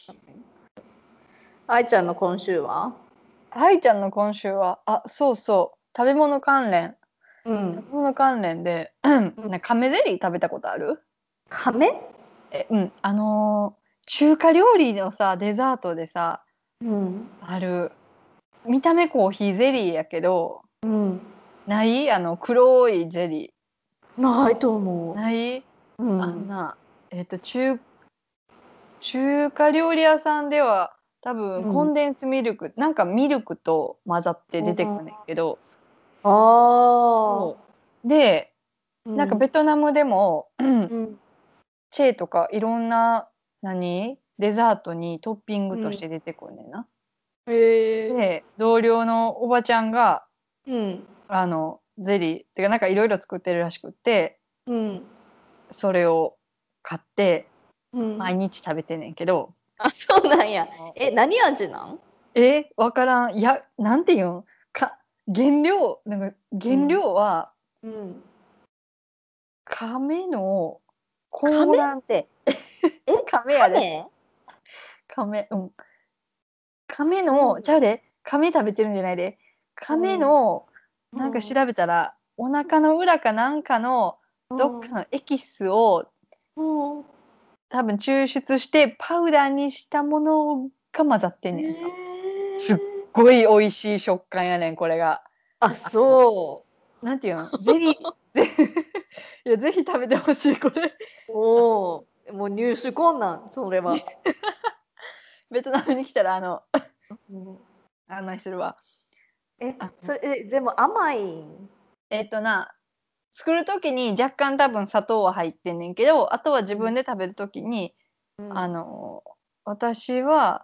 愛ちゃんの今週は？ 愛ちゃんの今週は、あ、そうそう、食べ物関連。 うん食べ物関連で、ね、亀ゼリー食べたことある？ 亀？ え、うん、あのー中華料理のさ、デザートでさ、 うんある、見た目コーヒーゼリーやけど、 うんないあの黒いゼリないとー。 思ない。 う。うんあんな、えっと、中、中華料理屋さんでは、多分コうんンデンスミルク、なんかミルクと混ざって出てくるんだけど、 ああそうで、なんかベうんトナムでも、 うんチェーとかいろんな、何デザートにトッピングとしうんて出てくるねんな。 へえで、同僚のおばちゃんが、 うんあの、ゼリー、てかなんかいろいろ作ってるらしくって、 うんそれを買ってうん毎日食べてんねんけど、 あそうなんや。 あえ何味なん？ え、わからん。いや、なんていうんか、原料、なんか原料はうん亀の甲亀羅、 ってえ亀やで。 亀？ 亀、うん。亀の、 そうちゃうで、亀食べてるんじゃないで。亀うんの、なんかうん調べたら、お腹の裏かなんかのどっかのエキスをうん多分抽出してパウダーにしたものが混ざってんねんな。すっえごい美味しい食感やねん、これが。 ああの、 そなんていうの、ゼリー、ぜいや、ぜひ食べてほしい、これ。 うおおもう入手困難それは。 ベトナムに来たら、あの、 うん案内するわ。 えあ、 それえ全部甘いん？ えっとな、作る時に若干多分砂糖は入ってんねんけど、あとは自うん分で食べる時に、あうんの、私は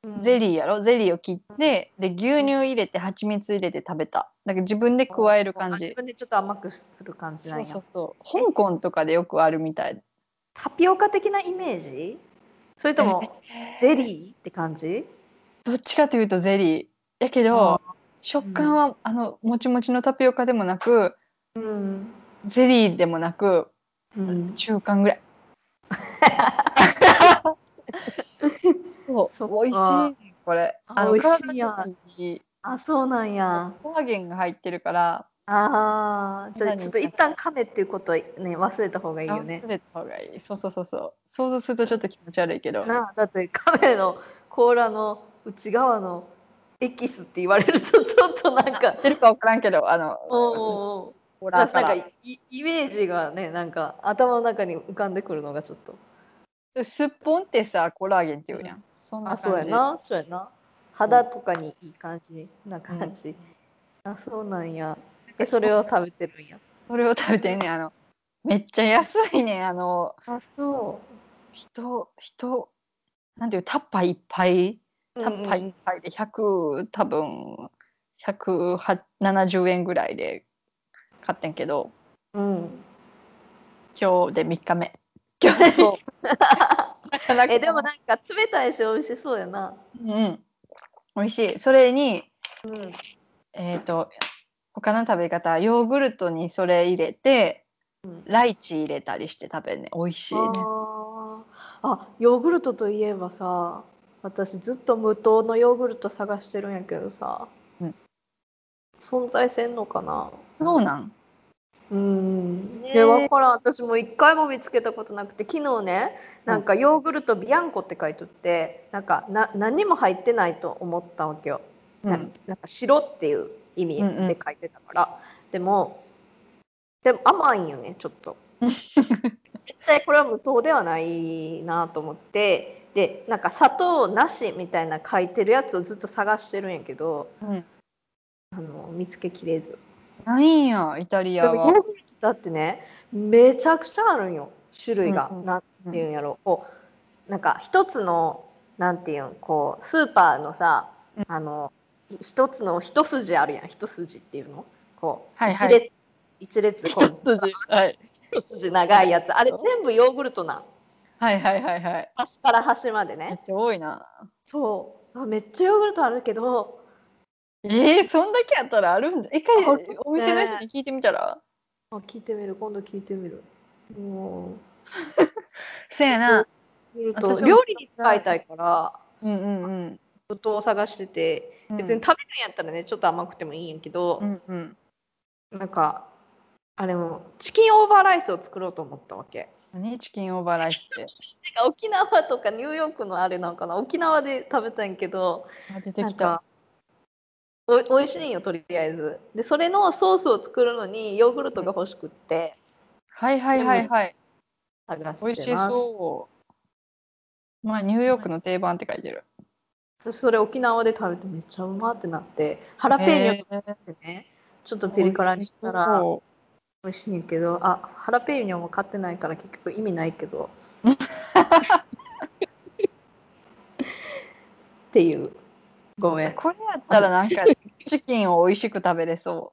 ゼリーやろ、ゼリーを切ってで牛乳入れて蜂蜜入れて食べた。だから自分で加える感じ。 自分でちょっと甘くする感じなんや。 そうそうそう。香港とかでよくあるみたい。 タピオカ的なイメージ？それともゼリーって感じ？ どっちかというとゼリーやけど、食感は、うん、あのもちもちのタピオカでもなく、 うん、 ゼリーでもなく、うん、中間ぐらい。そう、美味しいこれ。 あの美味しいや。あ、そうなんや。 コラーゲンが入ってるから。 ああ、じゃあちょっと一旦噛めっていうことね忘れた方がいいよね。 忘れた方がいい。そうそうそうそう。想像するとちょっと気持ち悪いけど。 なあ、だってカメの甲羅の内側のエキスって言われるとちょっとなんか。 出るか分からんけど、あの。 おお。なんかイメージがね、なんか頭の中に浮かんでくるのがちょっと。 すっぽんってさ、コラーゲンって言うやん。そんな感じ。 あ、そうやな、そうやな。肌とかにいい感じな感じ。うん、あ、そうなんや。で、それを食べてるんや。 それを食べてんねん。あの、めっちゃ安いねん。あの、 あ、そう。 人、人、なんていう、タッパーいっぱい、タッパーいっぱいでひゃく、多分、ひゃくななじゅうえんぐらいで買ってんけど、 うん、 今日でみっかめ。今日でそう。 え、でもなんか冷たいし美味しそうやな。 うん、美味しい。それに、 うん、 えっと、他の食べ方、ヨーグルトにそれ入れて、うん、ライチ入れたりして食べるね。美味しいね。 ああ、ヨーグルトといえばさ、私ずっと無糖のヨーグルト探してるんやけどさ、うん、存在せんのかな。 そうなん？ うん、で分からん。私も一回も見つけたことなくて、昨日ね、なんかヨーグルトビアンコって書いてあって、なんかな何にも入ってないと思ったわけよ。うん、な, なんか白っていう意味で書いてたから、うんうん、でもでも甘いんよね、ちょっと。絶対これは無糖ではないなと思って、でなんか砂糖なしみたいな書いてるやつをずっと探してるんやけど、うん、あの見つけきれず。 ないんや、イタリアは。 でもヨーグルトだってね、めちゃくちゃあるんよ、種類が。うんうん、なんていうんやろ、こうなんか一つのなんていうんこうスーパーのさ、うん、あの一つの一筋あるやん、一筋っていうのこう、はいはい、一列一列こう一筋、はい、 一筋長いやつ、あれ全部ヨーグルトなん。 はいはいはいはい。 端から端までね。 めっちゃ多いな。 そうあ、めっちゃヨーグルトあるけど。 えー、そんだけあったらあるんじゃ。一回お店の人に聞いてみたら。 あ、聞いてみる、今度聞いてみる。もうせやな。 料理に使いたいから、 うんうんうん、 無糖を探してて、別に食べるんやったらね、ちょっと甘くてもいいんやけど、うんうん、なんかあれもチキンオーバーライスを作ろうと思ったわけ。 何チキンオーバーライスって？なんか沖縄とかニューヨークのあれなんかな、沖縄で食べたんやけど、 出てきた。 お, おいしいんよ、とりあえず。でそれのソースを作るのにヨーグルトが欲しくって、 うん、はいはいはいはい、 探してます。 美味しそう。まあニューヨークの定番って書いてる。 それ沖縄で食べてめっちゃうまってなって、ハラペーニョとかね、ちょっとピリ辛にしたら美味しいんやけど、あ、ハラペーニョも買ってないから結局意味ないけどっていう。ごめん。 これやったらなんかチキンを美味しく食べれそう。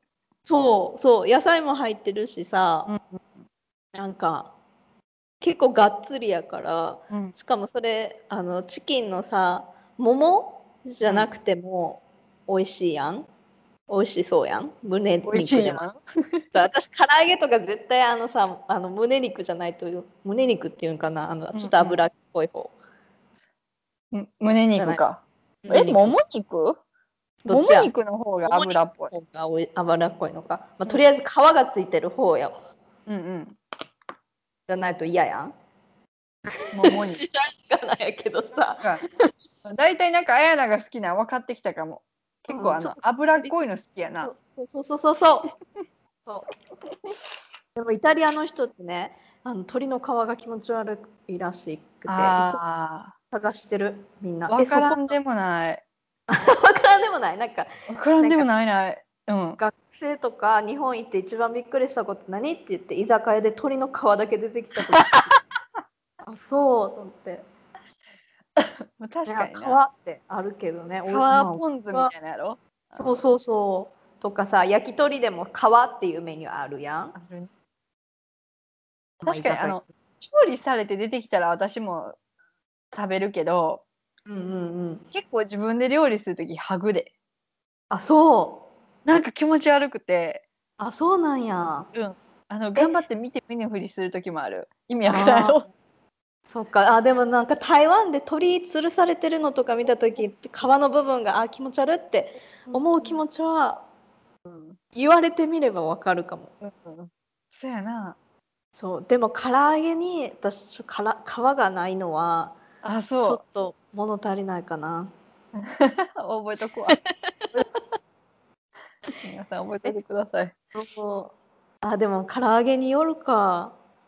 そうそう、野菜も入ってるしさ、うん、なんか結構がっつりやから、うん、しかもそれあのチキンのさ、ももじゃなくても美味しいやん、うん、美味しそうやん、胸肉でも私唐揚げとか絶対あのさ、あの胸肉じゃないと、胸肉っていうんかな、あのちょっと脂っこい方、 うんうん、胸肉か。え、もも肉？もも肉の方が脂っぽい。 脂っこいのか、まあ、とりあえず皮がついてる方や、 うんうん、 じゃないと嫌やん。 もも肉知らんかなやけどさ。 だいたいなんかあやなが好きな分かってきたかも。結構あの、うん、脂っこいの好きやな。 そうそうそうそうそうそうでもイタリアの人ってね、あの鶏の皮が気持ち悪いらしくて、あ、探してるみんな。 分からんでもない。 分からんでもない。なんか分からんでもないない。うん、 学生とか日本行って一番びっくりしたこと何って言って、居酒屋で鶏の皮だけ出てきた時あ、そうと思って。 まあ確ね、 かにな。 皮ってあるけどね。 皮おまあポン酢みたいなやろ。 そうそうそうとかさ、焼き鳥でも皮っていうメニューあるやん。 あるね。 まあ居酒屋。 確かにあの調理されて出てきたら私も食べるけど、 うんうんうん。 結構自分で料理するときハグで、 あ、そう。 なんか気持ち悪くて、 あ、そうなんや。 うん、あのえ、 頑張って見て見ぬふりするときもある。意味わからんああ、 の。 そっか。あ、でもなんか台湾で鳥吊るされてるのとか見た時って皮の部分があ気持ち悪って思う気持ちはうん、 言われてみればわかるかも。 うん、そうやな。 そうでも唐揚げに私ちょから皮がないのはあ、 ちょっそと物足りないかな。 う。覚えとくわ。皆さん覚えておいえ、 てください。 そうあでも唐揚げによるか。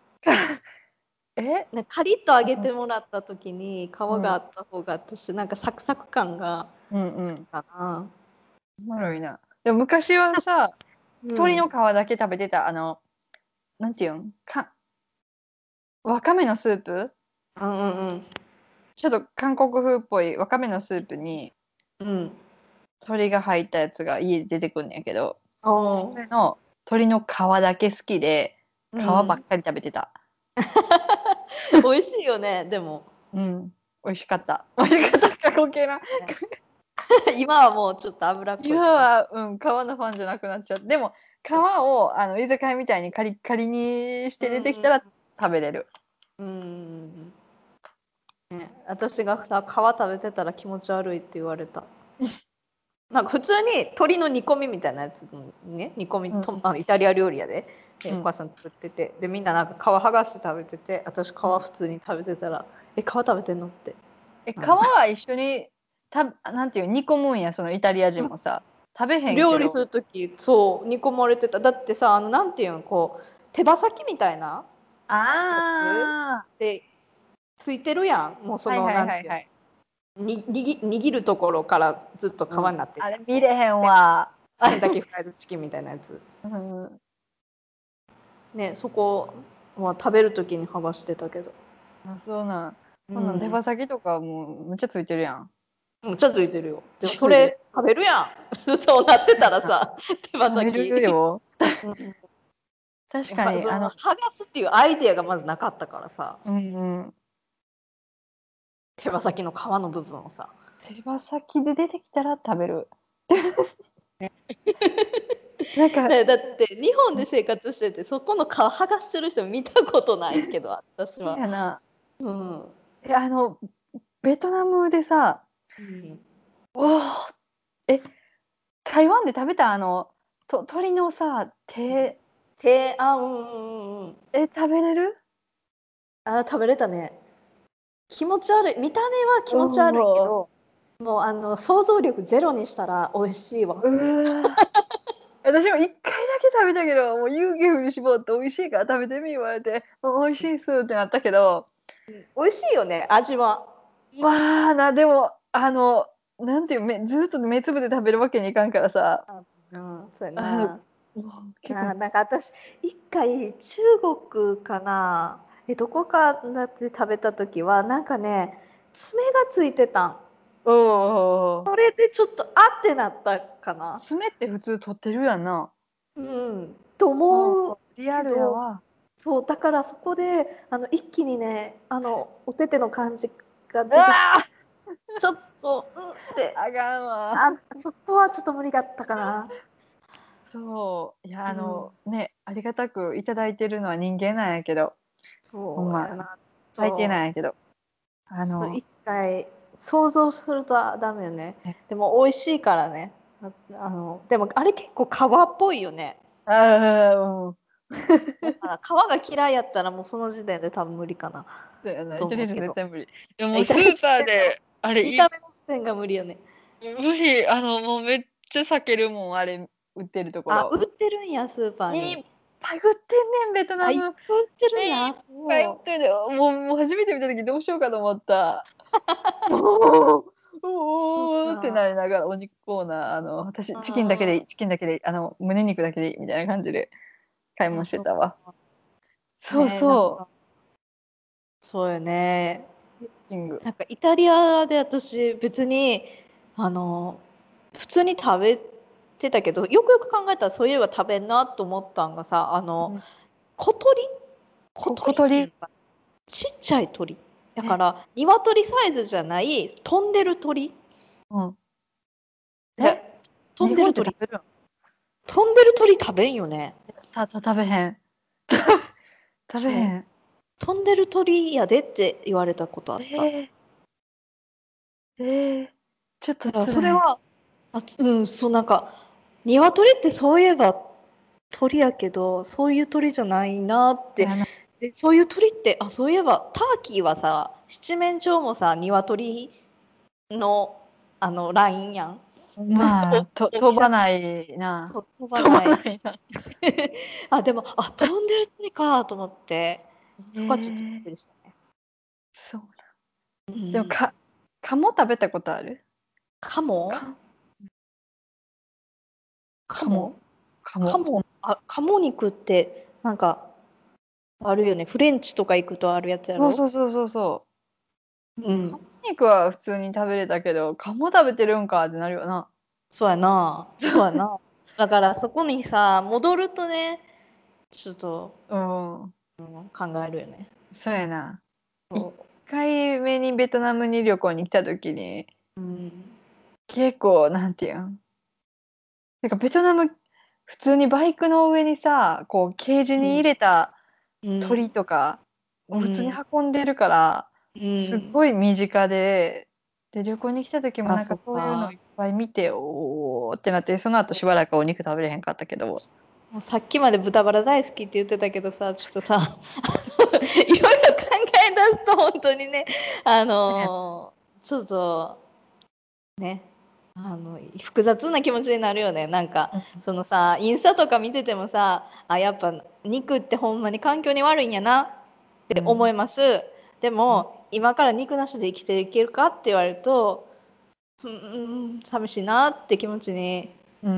え、 ね、カリッと揚げうん、 てもらった時に皮うん、 があった方が私なんかサクサク感がうん、うん。 好きかな。 おもろいな。でも昔はさ、 うん鶏の皮だけ食べてた、あの、なんていうんか、わかめのスープ、 うんうんうんちょっと韓国風っぽいわかめのスープにうん鶏が入ったやつが家で出てくんねんけど、そおーれの鶏の皮だけ好きで、皮ばっうんかり食べてた。 美味しいよねでも。 うん、美味しかった。美味しかった。過去形な。 ね今はもうちょっと脂っこいかな。 今は、うん、皮のファンじゃなくなっちゃって。でも、皮をあの居酒屋みたいにカリッカリにして出てきたら食べれる。 うんうんうんね、私がさ皮食べてたら気持ち悪いって言われた。なんか普通に鶏の煮込みみたいなやつね、煮込みうん、 とあイタリア料理やで、でうん、 お母さん作ってて、でみんななんか皮剥がして食べてて、私皮うん。 普通に食べてたら「え皮食べてんの？」ってえ、皮なる。 は一緒にた、なんていう、煮込むんや、そのイタリア人もさ。食べへんけど。 料理する時そう煮込まれてた。だってさあのなんていうんこう手羽先みたいなやつああ、 でついてるやん、もうそはいはいのなんていうはいはい。 のに握握るところからずっと皮うん。 になってるあれやん、こう見れへんわ。 ケンタッキーフライドチキンみたいなやつうん。 ね、そこは食べる時に剥がしてたけど。 あ、そうなん。こんなん手うん。 羽先とかもうむっちゃついてるやん。 めっちゃついてるよ。でもそついてる。 れ食べるやん。そうなってたらさ、手羽食べる先。 よ。 うん。いや確かに、 そのあの、 剥がすっていうアイデアがまずなかったからさ、 うんうん。 手羽先の皮の部分をさ。 手羽先で出てきたら食べる。なんか、 ねだって日本で生活しててそこの皮剥がしてる人見たことないけど私いは。 やな。 うん。 え、あの、ベトナムでさ、 うん、 おーえ、台湾で食べたあの、と鶏のさ、手、 手あうんうんうんうん。 え、食べれる？ あ食べれたね。気持ち悪い見た目は気う持ち悪いけわ、 どもうあの想像力ゼロにしたら美味しいわ。 うわ。私も一回だけ食べたけど、もう勇気振り絞って美味しいから食べてみ言われて、もう美味しいっすってなったけど、 美味しいよね味は。 まあな、でも、あの、なんていう、めずっと目つぶって食べるわけにいかんからさ、 あうん、そうやあの、 な。 もう結構、 あなんか私一回中国かなえどこかだって食べた時はなんかね爪がついてたん。 おお、 それでちょっとあってなったかな。 爪って普通取ってるやんな。 うんとお思うお、リアけどルやわ。 そうだからそこであの一気にねあのお手手の感じがう出てきてわちょっとうんってあかんわ。 あそこはちょっと無理だったかな。 そう、いや、あうん、 の、ね、ありがたくいただいてるのは人間なんやけど、ほんま、 そうやな。ち最低なょっんやけど、あの、 とそう一回想像するとダメよね。 ね、 でも美味しいからね。ああのでもあれ結構皮っぽいよね。 ああ、うん。 だから皮が嫌いやったらもうその時点で多分無理かなそうやな、イタリア人と思うけど。 絶対無理。でもイタリア人スーパーで、あれ、い見た目の時点が無理よね。 無理、あの、もうめっちゃ避けるもん、あれ、売ってるところ。 あ売ってるんやスーパーいっに。 ぱい売ってんねん、ベトナあいっム。 ぱい売ってるんいっや。 ぱい売っそてる。もう、もう初めて見た時どうしようかと思った。おーう。そっおーってなりか。 ながら、お肉コーナー、あの、私、チキンだけでいい、 あチキンだけでいい、あの、胸肉だけでいい、みたいな感じで買い物あそっしてたわ。 か。 そうねなんそかそうよね。 キング。 なんかイタリアで私別にあの普通に食べてたけど、よくよく考えたらそういえば食べんなと思ったんがさ、あの、 うん小鳥小こ鳥小鳥っていうかちっちゃい鳥だから鶏サイズじゃない飛んでる鳥。 うんええ飛日本んでる鳥って食べるん飛んでる鳥食べんよね。 たた食べへん食べへん飛んでる鳥やでって言われたことあった。 えー、えー、ちょっとだからつらいそれはあ、うんそうなんか鶏ってそういえば鳥やけどそういう鳥じゃないなって。 やなでそういう鳥ってあそういえばターキーはさ七面鳥もさ鶏のあのラインやん。 まあと大きさ飛ばないなと飛ば飛ばない。 ないなあでもあ飛んでる鳥かと思ってえそこはちょっとびっくー、 りしたね。 そううんでもか鴨食べたことあるカモかカモ鴨鴨カモあカモ肉ってなんかあるよね。フレンチとか行くとあるやつやそうろ。 そうそうそうそううん肉は普通に食べれたけど鴨食べてるんかってなるよなそうやなそうやな。だからそこにさ戻るとねちょっと、 うんうん、考えるよね。 そうやな一そ回目にベトナムに旅行に来た時にう、うん結構なんていうんなんかベトナム普通にバイクの上にさこうケージに入れたうん鳥とかを普通にうん運んでるからすっうんごい身近でで旅行に来た時もあそっなんかそういうのか。 いっぱい見ておーってなってその後しばらくお肉食べれへんかったけどもうさっきまで豚バラ大好きって言ってたけどさちょっとさいろいろ考え出すと本当にねあのーちょっとねあの複雑な気持ちになるよね。なんかそのさインスタとか見ててもさあやっぱ肉ってほんまに環境に悪いんやなって思います。でも今から肉なしで生きていけるかって言われるとうんうん寂しいなって気持ちにうん、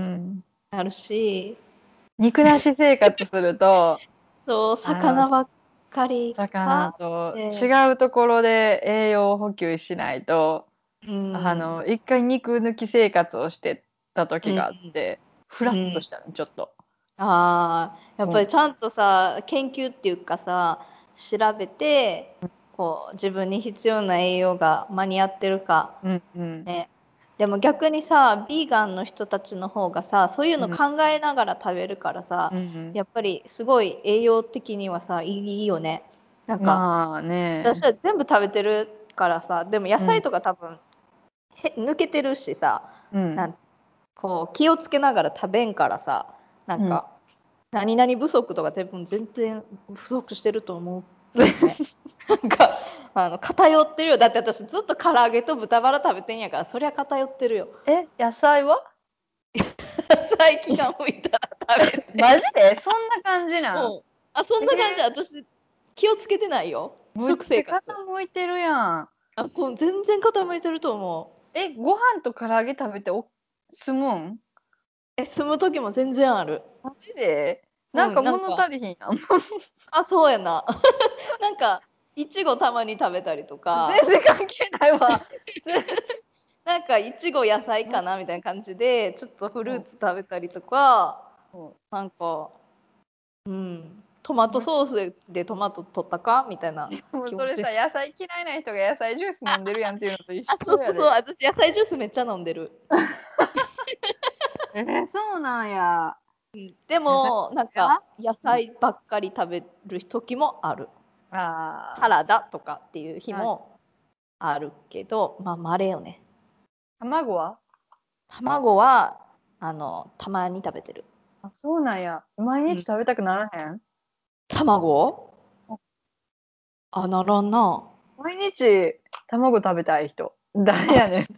なるし肉なし生活するとそうあの魚ばっかり魚かと違で、 うところで栄養補給しないとあうんの一回肉抜き生活をしてた時があっうんてフラッとうん、 したのちょっと。 ああやっぱもりちゃんとさ研究っていうかさ調べてこう自分に必要な栄養が間に合ってるかううんうんね。でも逆にさビーガンの人たちの方がさそういうのうん考えながら食べるからさうんやっぱりすごい栄養的にはさいいいいよね。なんかまあね私は全部食べてるからさでも野うん菜とか多分へ抜けてるしさうんなんこう気をつけながら食べんからさなんうんか何々不足とか多分全然不足してると思うけどね。なんかあの偏ってるよ。だって私ずっと唐揚げと豚バラ食べてんやからそりゃ偏ってるよ。 え野菜は最期間置いたら食べて。 マジでそんな感じなんもうあそんな感じえ私気をつけてないよむっちゃ食生活。 傾いてるやんあこう全然傾いてると思う。 えご飯と唐揚げ食べてお済むんえ住む時も全然ある。 マジでなんか物うんなんか足りひんやんあそうやななんかいちごたまに食べたりとか全然関係ないわなんかいちご野菜かなみたいな感じでちょっとフルーツ食べたりとかなんかうんトマトソースでトマト取ったかみたいなもう気持ち。 それさ野菜嫌いな人が野菜ジュース飲んでるやんっていうのと一あそうそうそう緒やで私野菜ジュースめっちゃ飲んでる。 えー、そうなんやでもなんか野うん菜ばっかり食べる時もある。 あサラダとかっていう日もあるけどまあ稀よね。 卵は卵はあのたまに食べてる。 あそうなんや毎うん日食べたくならへん卵あならんな。 毎日卵食べたい人誰やねん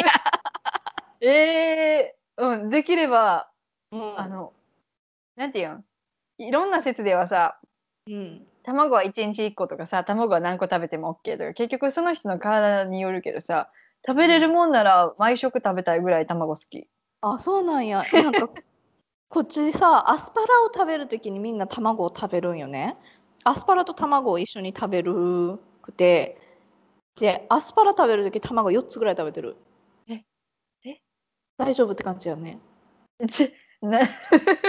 えー、うんできればうんあのなんていうんいろんな説ではさうん卵はいちにちいっことかさ卵は何個食べても OK とか結局その人の体によるけどさ食べれるもんなら毎食食べたいぐらい卵好きあそうなんや。なんかこっちさアスパラを食べる時にみんな卵を食べるんよね。アスパラと卵を一緒に食べるくてでアスパラ食べるとき卵よっつぐらい食べてる。 ええ大丈夫って感じやね。 なえ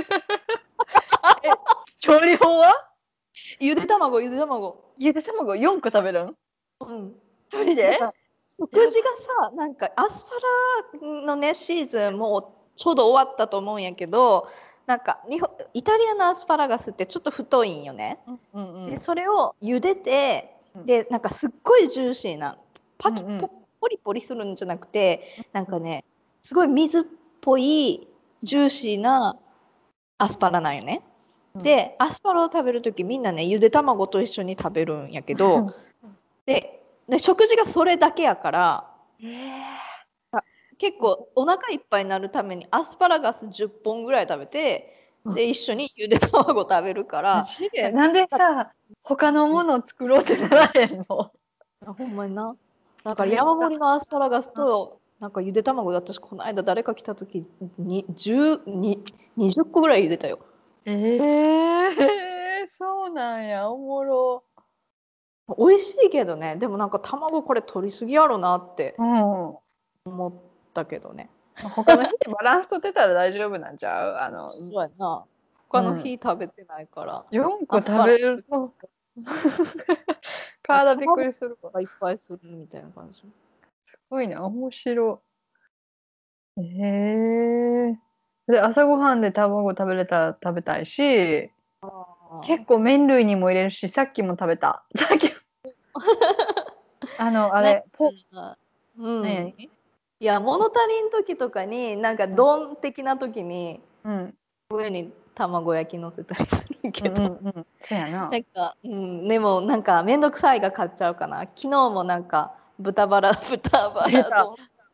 調理法はゆで卵ゆで卵。 ゆで卵よんこ食べるのうん一人で食事がさなんかアスパラのねシーズンもうちょうど終わったと思うんやけど、なんか日本イタリアのアスパラガスってちょっと太いんよね。 うんうんでそれを茹でて、 うんでなんかすっごいジューシーなパキうんうんポポリポリするんじゃなくて、なんかねすごい水っぽいジューシーなアスパラなんよね。 うんでアスパラを食べる時みんなねゆで卵と一緒に食べるんやけどでで食事がそれだけやからえー結構お腹いっぱいになるためにアスパラガスじゅっぽんぐらい食べて、で一緒にゆで卵食べるかマら、 ジでなんでさ他のものを作ろうってならへんのあほんまにな。だから山盛りのアスパラガスとなんかゆで卵だったし、この間誰か来た時にじゅうににじゅっこぐらいゆでたよ。 えー、そうなんやおもろ。 美味しいけどね、でもなんか卵これ取りすぎやろなってうん思ったけどね。 他の日でバランス取ってたら大丈夫なんちゃうあのそうやな。他の日食べてないから。 よんこ食べると体びっくりするわ。 いっぱいするみたいな感じ。 すごいな面白い。へえで朝ごはんで卵食べれたら食べたいし結構麺類にも入れるしさっきも食べたさっきあのあれポうん何々 いや物足りん時とかになんか丼的な時にうん上に卵焼きのせたりするけど、 うんうんうんそうやななんか、うん、でもなんかめんどくさいが買っちゃうかな。昨日もなんか豚バラ豚バ出たラ丼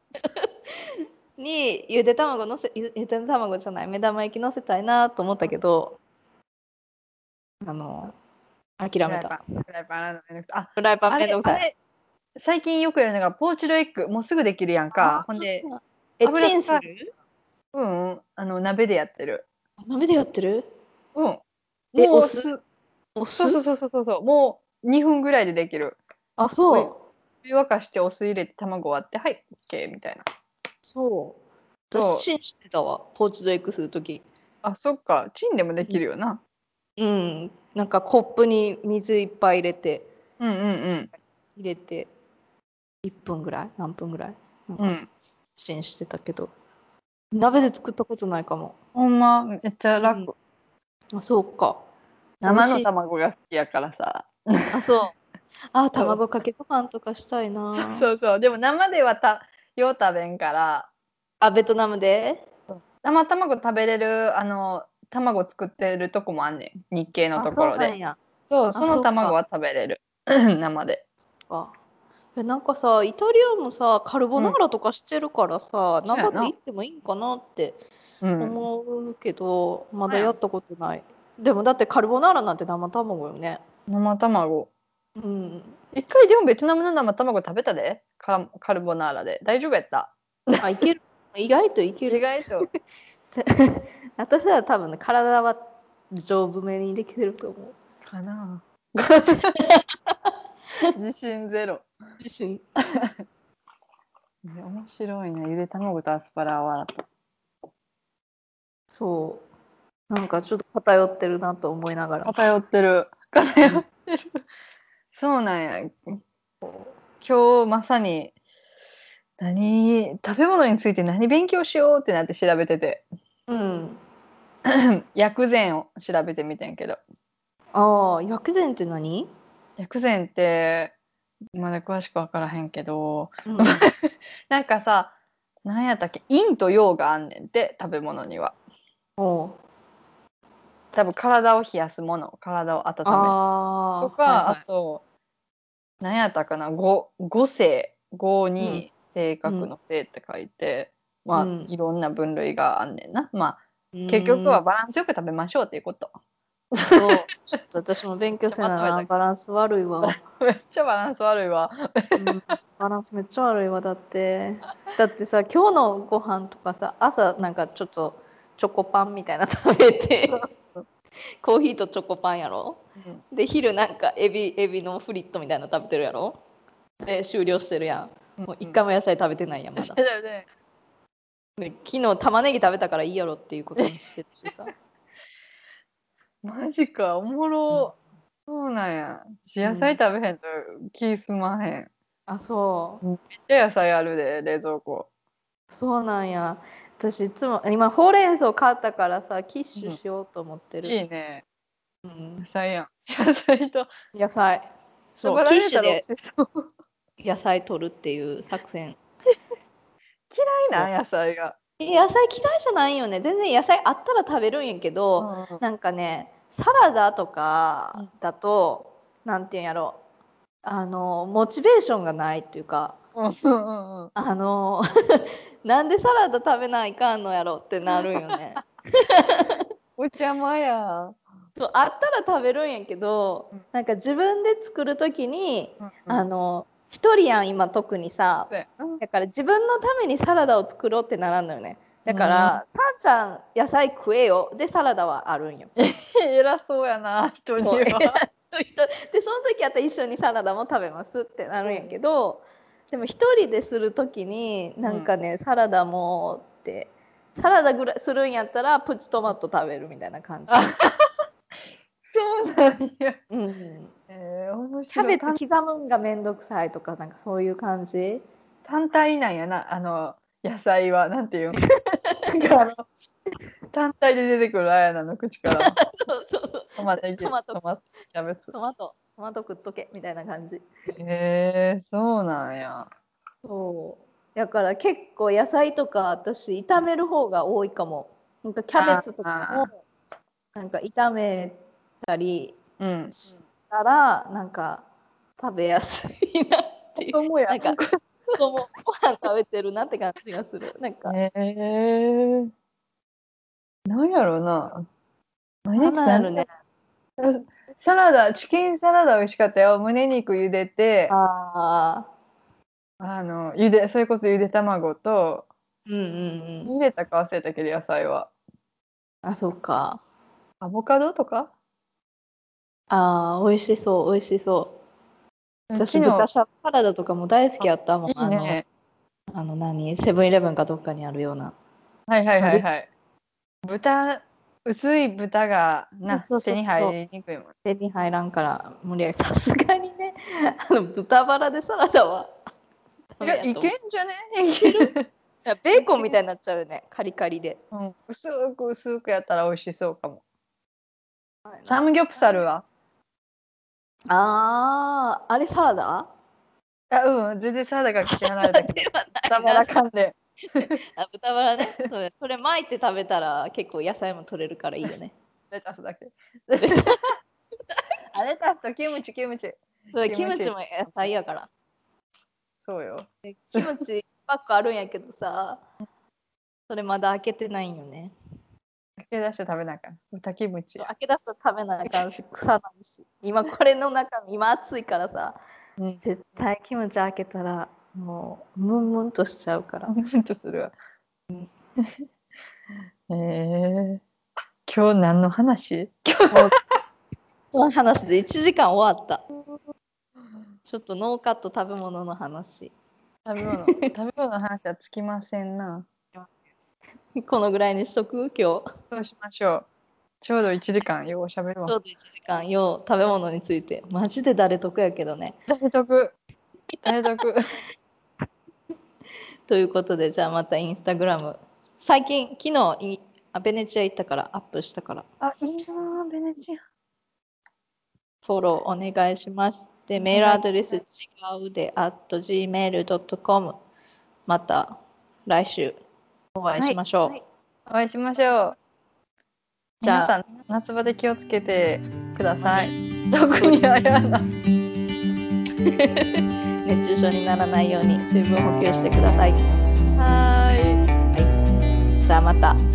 にゆで卵のせゆゆで卵じゃない目玉焼きのせたいなと思ったけど、あの諦フラめた。 イパンフライパン洗うのめんどくさいあフライパンあめんどくさい。 れあれ最近よくやるのがポーチドエッグもうすぐできるやんかほんでえ油チンする？ うんうんあの鍋でやってる鍋でやってる？ うんえお酢もうすお酢そうそうそうそうそうそうもうにふんぐらいでできるあお湯そうお湯沸かしてお酢入れて卵割ってはい OK みたいなそうそう私チンしてたわポーチドエッグするとき。 あそっかチンでもできるよなうんなんかコップに水いっぱい入れてうんうん入れていっぷんぐらい何分ぐらいなんかうんうんチンしてたけど、鍋で作ったことないかも。 ほんまめっちゃ楽、 あそうか生の美味しい。 卵が好きやからさあそうあそう卵かけご飯とかしたいな。 そうそうでも生ではたよう食べんからあベトナムで生卵食べれるあの卵作ってるとこもあんねん日系のあところでそうなんや。あそうそのそうか卵は食べれる生でかえなんかさイタリアもさカルボナーラとかしてるからさ、 そうやな生で行ってもいいんかなってうん思うけど、まだやったことない。でもだってカルボナーラなんて生卵よね。 生卵うん一回でもベトナムの生卵食べたでカカルボナーラで大丈夫やったあいける意外といけ意る外と私は多分ね体は丈夫めにできてると思う。 かな自信ゼロ自信いや面白いねゆで卵とアスパラは笑ったそうなんかちょっと偏ってるなと思いながら。 偏ってる偏ってるそうなんや今日まさに何食べ物について何勉強しようってなって調べててうん薬膳を調べてみてんけどああ薬膳って何？ 薬膳ってまだ詳しく分からへんけど、 うんなんかさ何やったっけ陰と陽があんねんって食べ物にはおう多分体を冷やすもの体を温めるあとか、 ーはいはいあと何やったかな五五性五に性格の性って書いて、まあ、 うんいろんな分類があんねんなまあうん結局はバランスよく食べましょうっていうことそうちょっと私も勉強せななまとめたバランス悪いわ、 めっちゃバランス悪いわうん、バランスめっちゃ悪いわだってだってさ今日のご飯とかさ朝なんかちょっとチョコパンみたいなの食べてコーヒーとチョコパンやろ、 うんで昼なんかエビエビのフリットみたいなの食べてるやろ。 で終了してるやん。もううん一回も野菜食べてないやんまだ。 だよね。 で昨日玉ねぎ食べたからいいやろっていうことにしてるしさ。 マジか、おもろ。そうなんや。野菜食べへんと気すまへん。 あ、そうめっちゃ野菜あるで、冷蔵庫。 そうなんや。私いつも今ほうれん草買ったからさキッシュしようと思ってる。 いいね。 うん野菜やん。野菜と。 野菜。そう素晴らしいだろキッシュで野菜取るっていう作戦。 嫌いな野菜が。 野菜嫌いじゃないよね。全然野菜あったら食べるんやけど、 うんなんかねサラダとかだと、うん、なんていうんやろあのモチベーションがないっていうか、 うんうんうん、 あのなんでサラダ食べないかんのやろってなるよね。 お邪魔や。 そうあったら食べるんやけど、うん、なんか自分で作る時に、うんうん、あの一人やん今特にさ、うん、だから自分のためにサラダを作ろうってならんのよね。だから、うん、さんちゃん野菜食えよでサラダはあるんよ。 偉そうやな人には。でその時やったら一緒にサラダも食べますってなるんやけど、うん、でも一人でする時になんかね、うん、サラダもってサラダぐらいするんやったらプチトマト食べるみたいな感じ。 そうなんや。 うん、 えー、面白い。 キャベツ刻むんがめんどくさいとかなんかそういう感じ。 単体なんやなあの野菜はなんていうのあの単体で出てくるあやなの口からそうそうトマトトマトトマトキャベツトマトトマト食っとけみたいな感じ。 へえー、そうなんや。 そうだから結構野菜とか私炒める方が多いかも。なんかキャベツとかもなんか炒めたりしたらなんか食べやすいなっていう。 子供やなんか子供ご飯食べてるなって感じがする。なんかへえー、なんやろうな。 毎日なんやろね。 サラダチキンサラダ美味しかったよ。胸肉茹でて、 ああの茹でそれこそゆで卵と、 うんうんうん、 入れたか忘れたけど野菜は。 あ、そうか。 アボカドとか？ ああ、美味しそう美味しそう。私豚サラダとかも大好きやったもん。いいね。あの、あの何セブンイレブンかどっかにあるような。 はいはいはいはい。豚薄い豚がなそうそうそう手に入りにくいもん。 手に入らんから無理や。さすがにねあの豚バラでサラダは。 いやいけんじゃね？ いける。ベーコンみたいになっちゃうよねカリカリで、 うん、薄く薄くやったら美味しそうかも。サムギョプサルは？ ああ、あれサラダ？ あ、うん、全然サラダが口離れたけど豚バラ噛んであ、豚バラね。それ、それ巻いて食べたら結構野菜も取れるからいいよね。 レタスだけあ、レタスとキムチキムチそうキムチも野菜やから。 そうよ。 キムチパックあるんやけどさ、それまだ開けてないんよね。 開け出して食べなあかん。豚キムチ。 開け出したら食べなあかんし、腐らんし。今これの中に、今暑いからさ、うん、絶対キムチ開けたらもうムンムンとしちゃうから。 ムンムンとするわ。うん、えー、今日何の話？今日この話でいちじかん終わった。ちょっとノーカット食べ物の話。 食べ物食べ物の話はつきませんな。 このぐらいにしとく今日。 そうしましょう。ちょうどいちじかんようしゃべるわ。 ちょうどいちじかんよう食べ物についてマジで誰得やけどね。 誰得誰得ということでじゃあまたインスタグラム最近昨日あベネチア行ったからアップしたから。 あいいなベネチア。 フォローお願いします。でメールアドレス違うで アットジーメールドットコム また来週お会いしましょう。はいはい、 お会いしましょう。じゃあ皆さん夏場で気をつけてください。特にあやな熱中症にならないように水分補給してください。 はい。 はい。じゃあまた。